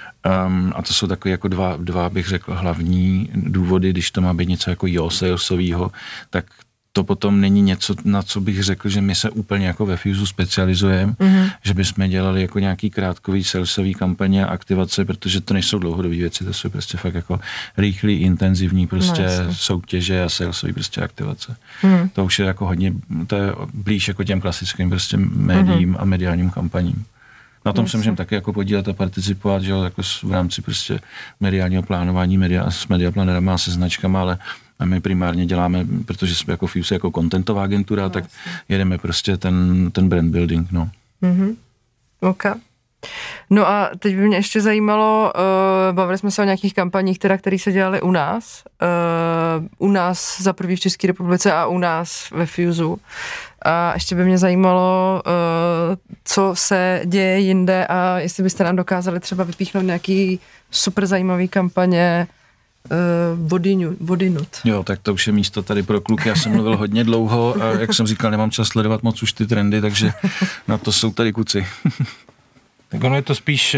Um, a to jsou takové jako dva, dva, bych řekl, hlavní důvody, když to má být něco jako jo salesovýho, tak to potom není něco, na co bych řekl, že my se úplně jako ve Fuse specializujeme, mm-hmm. že bychom dělali jako nějaký krátkový salesový kampaně a aktivace, protože to nejsou dlouhodobé věci, to jsou prostě fakt jako rychlý, intenzivní prostě no, soutěže a salesový prostě aktivace. Mm. To už je jako hodně, to je blíž jako těm klasickým prostě médiím mm-hmm. a mediálním kampaním. Na tom se můžeme taky jako podílet a participovat, že jo, jako v rámci prostě mediálního plánování media, s mediaplanerama a se značkama, ale a my primárně děláme, protože jsme jako Fuse jako contentová agentura, no, tak jedeme prostě ten, ten brand building, no. Mm-hmm. OK. No a teď by mě ještě zajímalo, uh, bavili jsme se o nějakých kampaních, teda, které se dělaly u nás, uh, u nás za prvý v České republice a u nás ve Fuseu. A ještě by mě zajímalo, uh, co se děje jinde a jestli byste nám dokázali třeba vypíchnout nějaký super zajímavý kampaně uh, Bodinut. Jo, tak to už je místo tady pro kluky. Já jsem mluvil hodně dlouho a jak jsem říkal, nemám čas sledovat moc už ty trendy, takže na to jsou tady kuci. Tak ono je to spíš,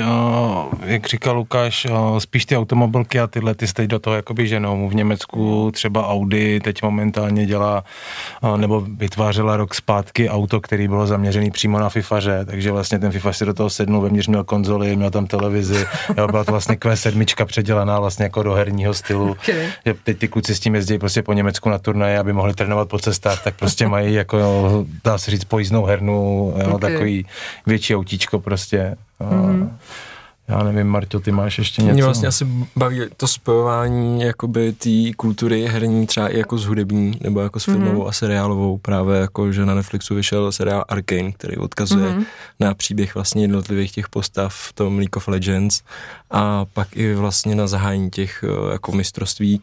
jak říkal Lukáš, spíš ty automobilky a tyhle ty teď do toho jakoby ženou. V Německu třeba Audi teď momentálně dělá, nebo vytvářela rok zpátky auto, který bylo zaměřený přímo na fifaře, takže vlastně ten fifař si do toho sednul, vevnitř měl konzoli, měl tam televizi, jo, byla to vlastně Q sedm předělaná vlastně jako do herního stylu. Okay. Teď ty kluci s tím jezdí prostě po Německu na turnaje, aby mohli trénovat po cestách, tak prostě mají jako, dá se říct, pojízdnou hernu, jo, okay. Takový větší autíčko prostě. Mm. Já nevím, Marťo, ty máš ještě něco? Mě vlastně asi baví to spojování jakoby té kultury herní třeba i jako s hudební, nebo jako s filmovou mm. a seriálovou, právě jako, že na Netflixu vyšel seriál Arcane, který odkazuje mm. na příběh vlastně jednotlivých těch postav v tom League of Legends a pak i vlastně na zahájení těch jako mistrovství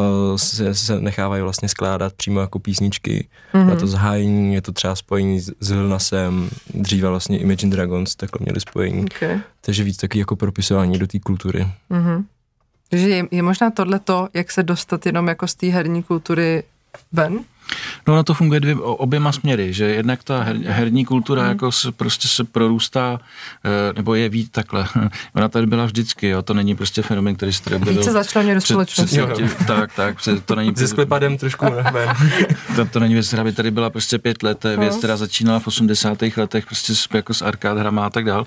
Se, se nechávají vlastně skládat přímo jako písničky. Mm-hmm. Na to zahájení je to třeba spojení s, s Lilnasem, dříve vlastně Imagine Dragons takhle měli spojení. Okay. Takže víc taky jako propisování do té kultury. Mm-hmm. Takže je, je možná tohleto, jak se dostat jenom jako z té herní kultury ven? No na to funguje dvě, oběma směry, že jednak ta her, herní kultura mm. jako se, prostě se prorůstá, nebo je víc takhle. Ona tady byla vždycky, jo, to není prostě fenomén, který se tady objevil. Více začalo do společnosti. Tak, tak, to není... Se sklipadem trošku ven. to, to není věc, která by tady byla prostě pět let, to je věc, která začínala v osmdesátých letech, prostě jako s arcade hrama a tak dál.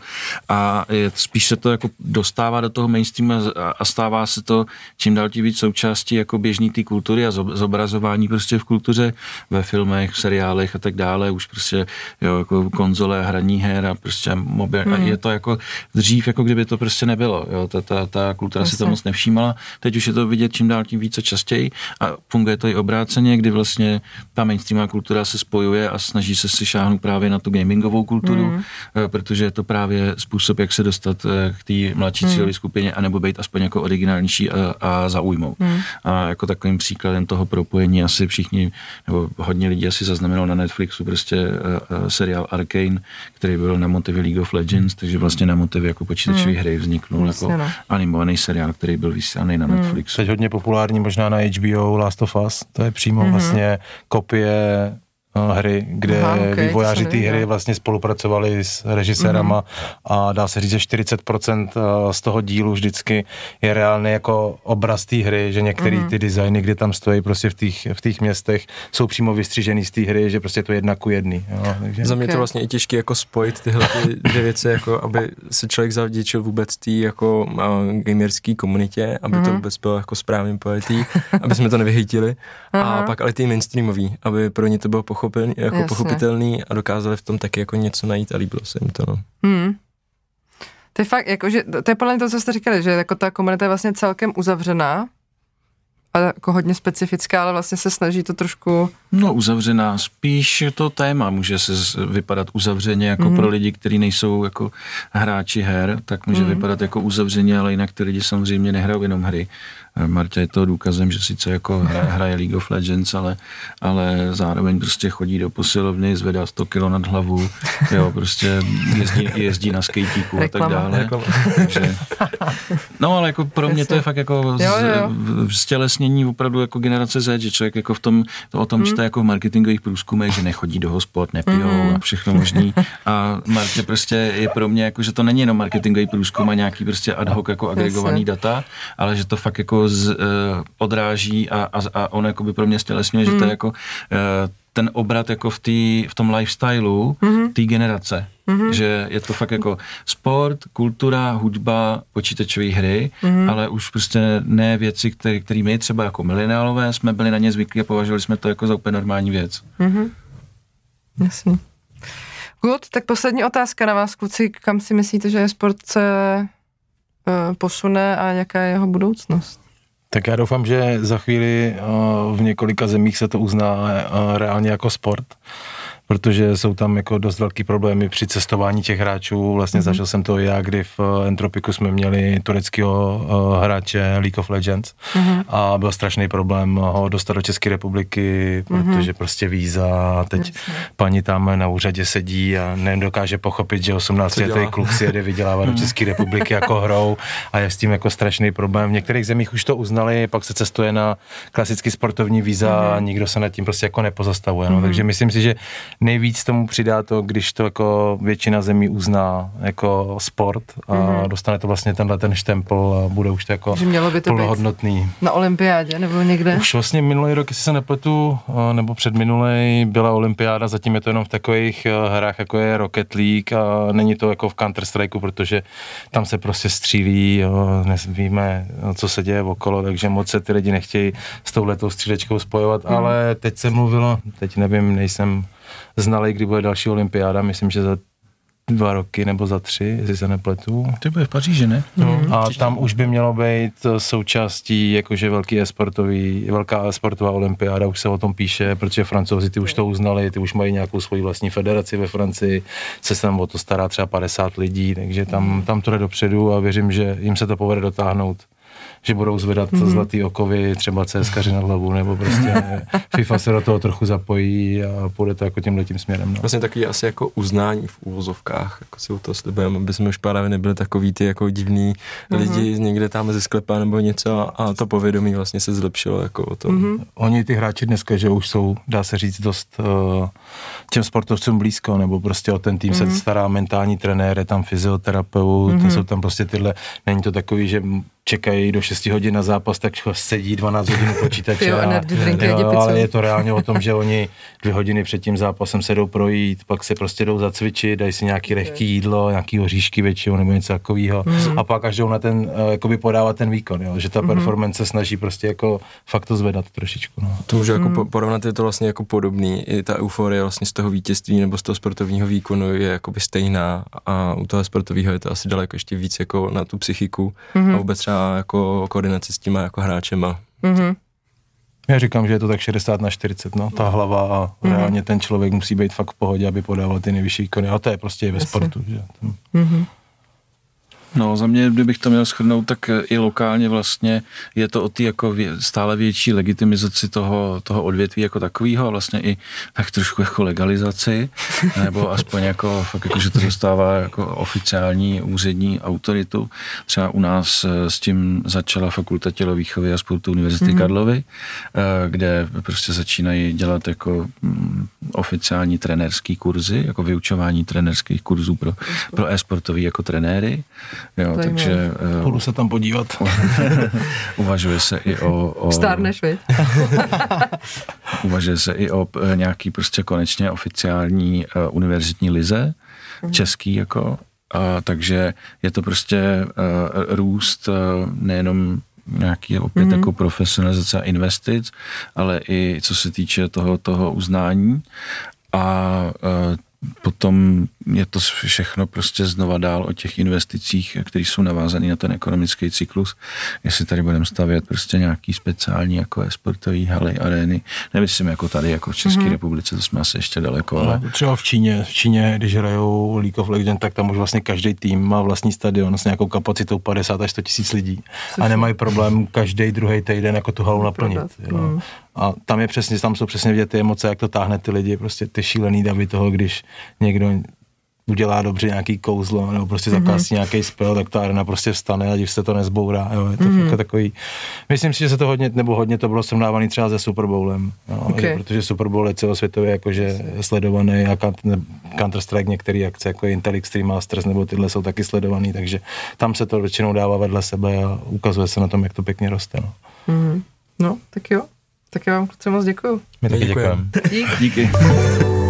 A je, spíš se to jako dostává do toho mainstreamu a, a stává se to čím dál tím víc součástí jako běžný té kultury a zobrazování prostě v kultuře, ve filmech, v seriálech a tak dále, už prostě jo, jako konzole, hraní her a prostě mobil. Hmm. A je to jako dřív, jako kdyby to prostě nebylo. Jo, ta, ta, ta kultura si to moc nevšímala. Teď už je to vidět čím dál tím více častěji a funguje to i obráceně, kdy vlastně ta mainstreamová kultura se spojuje a snaží se si šáhnout právě na tu gamingovou kulturu, hmm. protože je to právě způsob, jak se dostat k té mladší hmm. cílové skupině anebo být aspoň jako originálnější a, a zaujmout. Hmm. A jako takovým příkladem toho propojení asi všichni nebo hodně lidí asi zaznamenalo na Netflixu prostě uh, uh, seriál Arcane, který byl na motivě League of Legends, takže vlastně na motivě jako počítačové hmm. hry vzniknul Myslím, jako no. animovaný seriál, který byl vysílaný na hmm. Netflixu. Teď hodně populární možná na H B O Last of Us, to je přímo hmm. vlastně kopie hry, kde Aha, okay, vývojáři té hry vlastně spolupracovali s režisérama mm-hmm. a dá se říct, že čtyřicet procent z toho dílu vždycky je reálný jako obraz té hry, že některé mm-hmm. ty designy, kde tam stojí prostě v těch v těch městech, jsou přímo vystřížený z té hry, že prostě to jedna ku jedný. Jo, takže... Za mě okay. to vlastně i těžké jako spojit tyhle ty dvě věci, jako aby se člověk zavděčil vůbec té jako uh, gamerské komunitě, aby mm-hmm. to vůbec bylo jako správně pojetý, aby jsme to nevyhejtili a pak ale ty mainstreamový, aby pro ně to bylo pochopitelný, jako Jasně. pochopitelný a dokázali v tom taky jako něco najít a líbilo se jim to, no. Hmm. To je fakt, jako, že, to je podle mě to, co jste říkali, že jako ta komunita je vlastně celkem uzavřená a jako hodně specifická, ale vlastně se snaží to trošku... No uzavřená, spíš to téma může se vypadat uzavřeně jako mm. pro lidi, kteří nejsou jako hráči her, tak může mm. vypadat jako uzavřeně, ale jinak ty lidi samozřejmě nehrajou jenom hry. Marta je to důkazem, že sice jako hraje League of Legends, ale, ale zároveň prostě chodí do posilovny, zvedá sto kilo nad hlavu, jo, prostě jezdí, jezdí na skejtíku a tak dále. Takže, no ale jako pro mě to je fakt jako stělesnění opravdu jako generace Z, že člověk jako v tom, to o tom hmm. čte jako v marketingových průzkumech, že nechodí do hospod, nepijou hmm. a všechno možný. A Martě prostě je pro mě jako, že to není jenom marketingový průzkum a nějaký prostě ad hoc jako agregovaný data, ale že to fakt jako Z, uh, odráží a, a, a on jako by pro mě stělesňuje, mm. že to je jako uh, ten obrat jako v, tý, v tom lifestylu mm-hmm. té generace. Mm-hmm. Že je to fakt jako sport, kultura, hudba, počítačové hry, mm-hmm. ale už prostě ne věci, které my třeba jako mileniálové jsme byli na ně zvyklí a považovali jsme to jako za úplně normální věc. Mm-hmm. Jasně. Good, tak poslední otázka na vás, kluci, kam si myslíte, že je sport se uh, posune a jaká je jeho budoucnost? Tak já doufám, že za chvíli v několika zemích se to uzná reálně jako sport, protože jsou tam jako dost velký problémy při cestování těch hráčů. Vlastně mm-hmm. zažil jsem to i já, kdy v Entropiku jsme měli tureckého uh, hráče League of Legends mm-hmm. a byl strašný problém ho dostat do České republiky, protože mm-hmm. prostě víza, teď Jasně. paní tam na úřadě sedí a nedokáže pochopit, že osmnáctiletý kluk si jede vydělávat do České republiky jako hrou a je s tím jako strašný problém. V některých zemích už to uznali, pak se cestuje na klasický sportovní víza mm-hmm. a nikdo se nad tím prostě jako nepozastavuje. No. Mm-hmm. Takže myslím si, že nejvíc tomu přidá to, když to jako většina zemí uzná jako sport a mm-hmm. dostane to vlastně tenhle ten štempel a bude už to jako by to plnohodnotný. Na olympiádě nebo někde? Už vlastně minulý rok, jestli se nepletu, nebo předminulej byla olympiáda, zatím je to jenom v takových hrách, jako je Rocket League a není to jako v Counter-Strikeu, protože tam se prostě střílí, víme, co se děje okolo, takže moc se ty lidi nechtějí s touhletou střílečkou spojovat, mm. ale teď se mluvilo, teď nevím, nejsem znalej, kdy bude další olympiáda, myslím, že za dva roky nebo za tři, jestli se nepletu. To bude v Paříži, ne? No. Mm. A tam už by mělo být součástí jakože velký e-sportový, velká e-sportová olympiáda, už se o tom píše, protože Francouzi ty už to uznali, ty už mají nějakou svoji vlastní federaci ve Francii, se tam o to stará třeba padesát lidí, takže tam, tam to jde dopředu a věřím, že jim se to povede dotáhnout. Že budou zvedat mm-hmm. zlatý okovy, třeba CSkaři nad hlavu, nebo prostě FIFA se do toho trochu zapojí a půjde to jako tímhletím směrem. No. Vlastně takový asi jako uznání v úvozovkách, jako si u toho slibujeme, aby jsme už právě nebyli takový ty jako divný mm-hmm. lidi někde tam mezi sklepem nebo něco a to povědomí vlastně se zlepšilo jako o tom. Mm-hmm. Oni ty hráči dneska, že už jsou, dá se říct, dost uh, těm sportovcům blízko, nebo prostě o ten tým mm-hmm. se stará mentální trenér, je tam fyzioterapeut, mm-hmm. jsou tam prostě tyhle, není to takový, že čekají do šesti hodin na zápas, tak sedí dvanáct hodin u počítače. Jo, a, drinky, jo, ale je to reálně o tom, že oni dvě hodiny před tím zápasem se jdou projít, pak se prostě jdou zacvičit, dají si nějaký lehký jídlo, nějaký oříšky většinou nebo něco takového mm. a pak až jdou na ten, jakoby podávat ten výkon, jo, že ta mm. performance se snaží prostě jako fakt to zvedat trošičku. No. To můžu jako mm. porovnat, je to vlastně jako podobný, i ta euforie vlastně z toho vítězství nebo z toho sportovního výkonu je jakoby stejná a u toho sportovního je to asi daleko ještě víc jako na tu psychiku mm. a vůbec třeba jako koordinaci s těma jako hráčema. Mm-hmm. Já říkám, že je to tak šedesát na čtyřicet, no, ta hlava a mm-hmm. reálně ten člověk musí být fakt v pohodě, aby podával ty nejvyšší výkony, a to je prostě i ve sportu. Že? Mm-hmm. No, za mě, kdybych to měl shrnout, tak i lokálně vlastně je to o té jako vě, stále větší legitimizaci toho, toho odvětví jako takového a vlastně i tak trošku jako legalizaci, nebo aspoň jako fakt jako, že to dostává jako oficiální úřední autoritu. Třeba u nás s tím začala Fakulta tělovýchovy a sportu Univerzity mm-hmm. Karlovy, kde prostě začínají dělat jako oficiální trenérský kurzy, jako vyučování trenérských kurzů pro, pro e-sportový jako trenéry. Jo, takže budu se tam podívat. Uvažuje se i o... o Stárneš, vy? Uvažuje se i o nějaký prostě konečně oficiální uh, univerzitní lize, mm. český jako, a takže je to prostě uh, růst uh, nejenom nějaký opět mm. jako profesionalizace a investic, ale i co se týče toho, toho uznání a uh, potom je to všechno prostě znova dál o těch investicích, které jsou navázané na ten ekonomický cyklus. Jestli tady budeme stavět prostě nějaký speciální jako e-sportový haly, arény. Nemyslím jako tady, jako v České mm-hmm. republice, to jsme asi ještě daleko. Ale... No, třeba v Číně, v Číně, když hrajou League of Legends, tak tam už vlastně každý tým má vlastní stadion s nějakou kapacitou padesát až sto tisíc lidí. Což a nemají problém každý druhý týden jako tu halu naplnit. Mm. A tam je přesně, tam jsou přesně vidět ty emoce, jak to táhne ty lidi, prostě ty šílený davy toho, když někdo udělá dobře nějaký kouzlo, nebo prostě zakásí mm-hmm. nějaký spell, tak ta arena prostě vstane a když se to nezbourá, jo, je to mm-hmm. takový, myslím si, že se to hodně, nebo hodně to bylo srovnávaný třeba se Super Bowlem, jo, okay. protože Super Bowl je celosvětově jakože sledovaný a Counter-Strike některé akce, jako Intel Extreme Masters, nebo tyhle jsou taky sledovaný, takže tam se to většinou dává vedle sebe a ukazuje se na tom, jak to pěkně roste. No, mm-hmm. no tak jo. Tak já vám kluci moc děkuju. My taky děkujeme. Díky. Díky.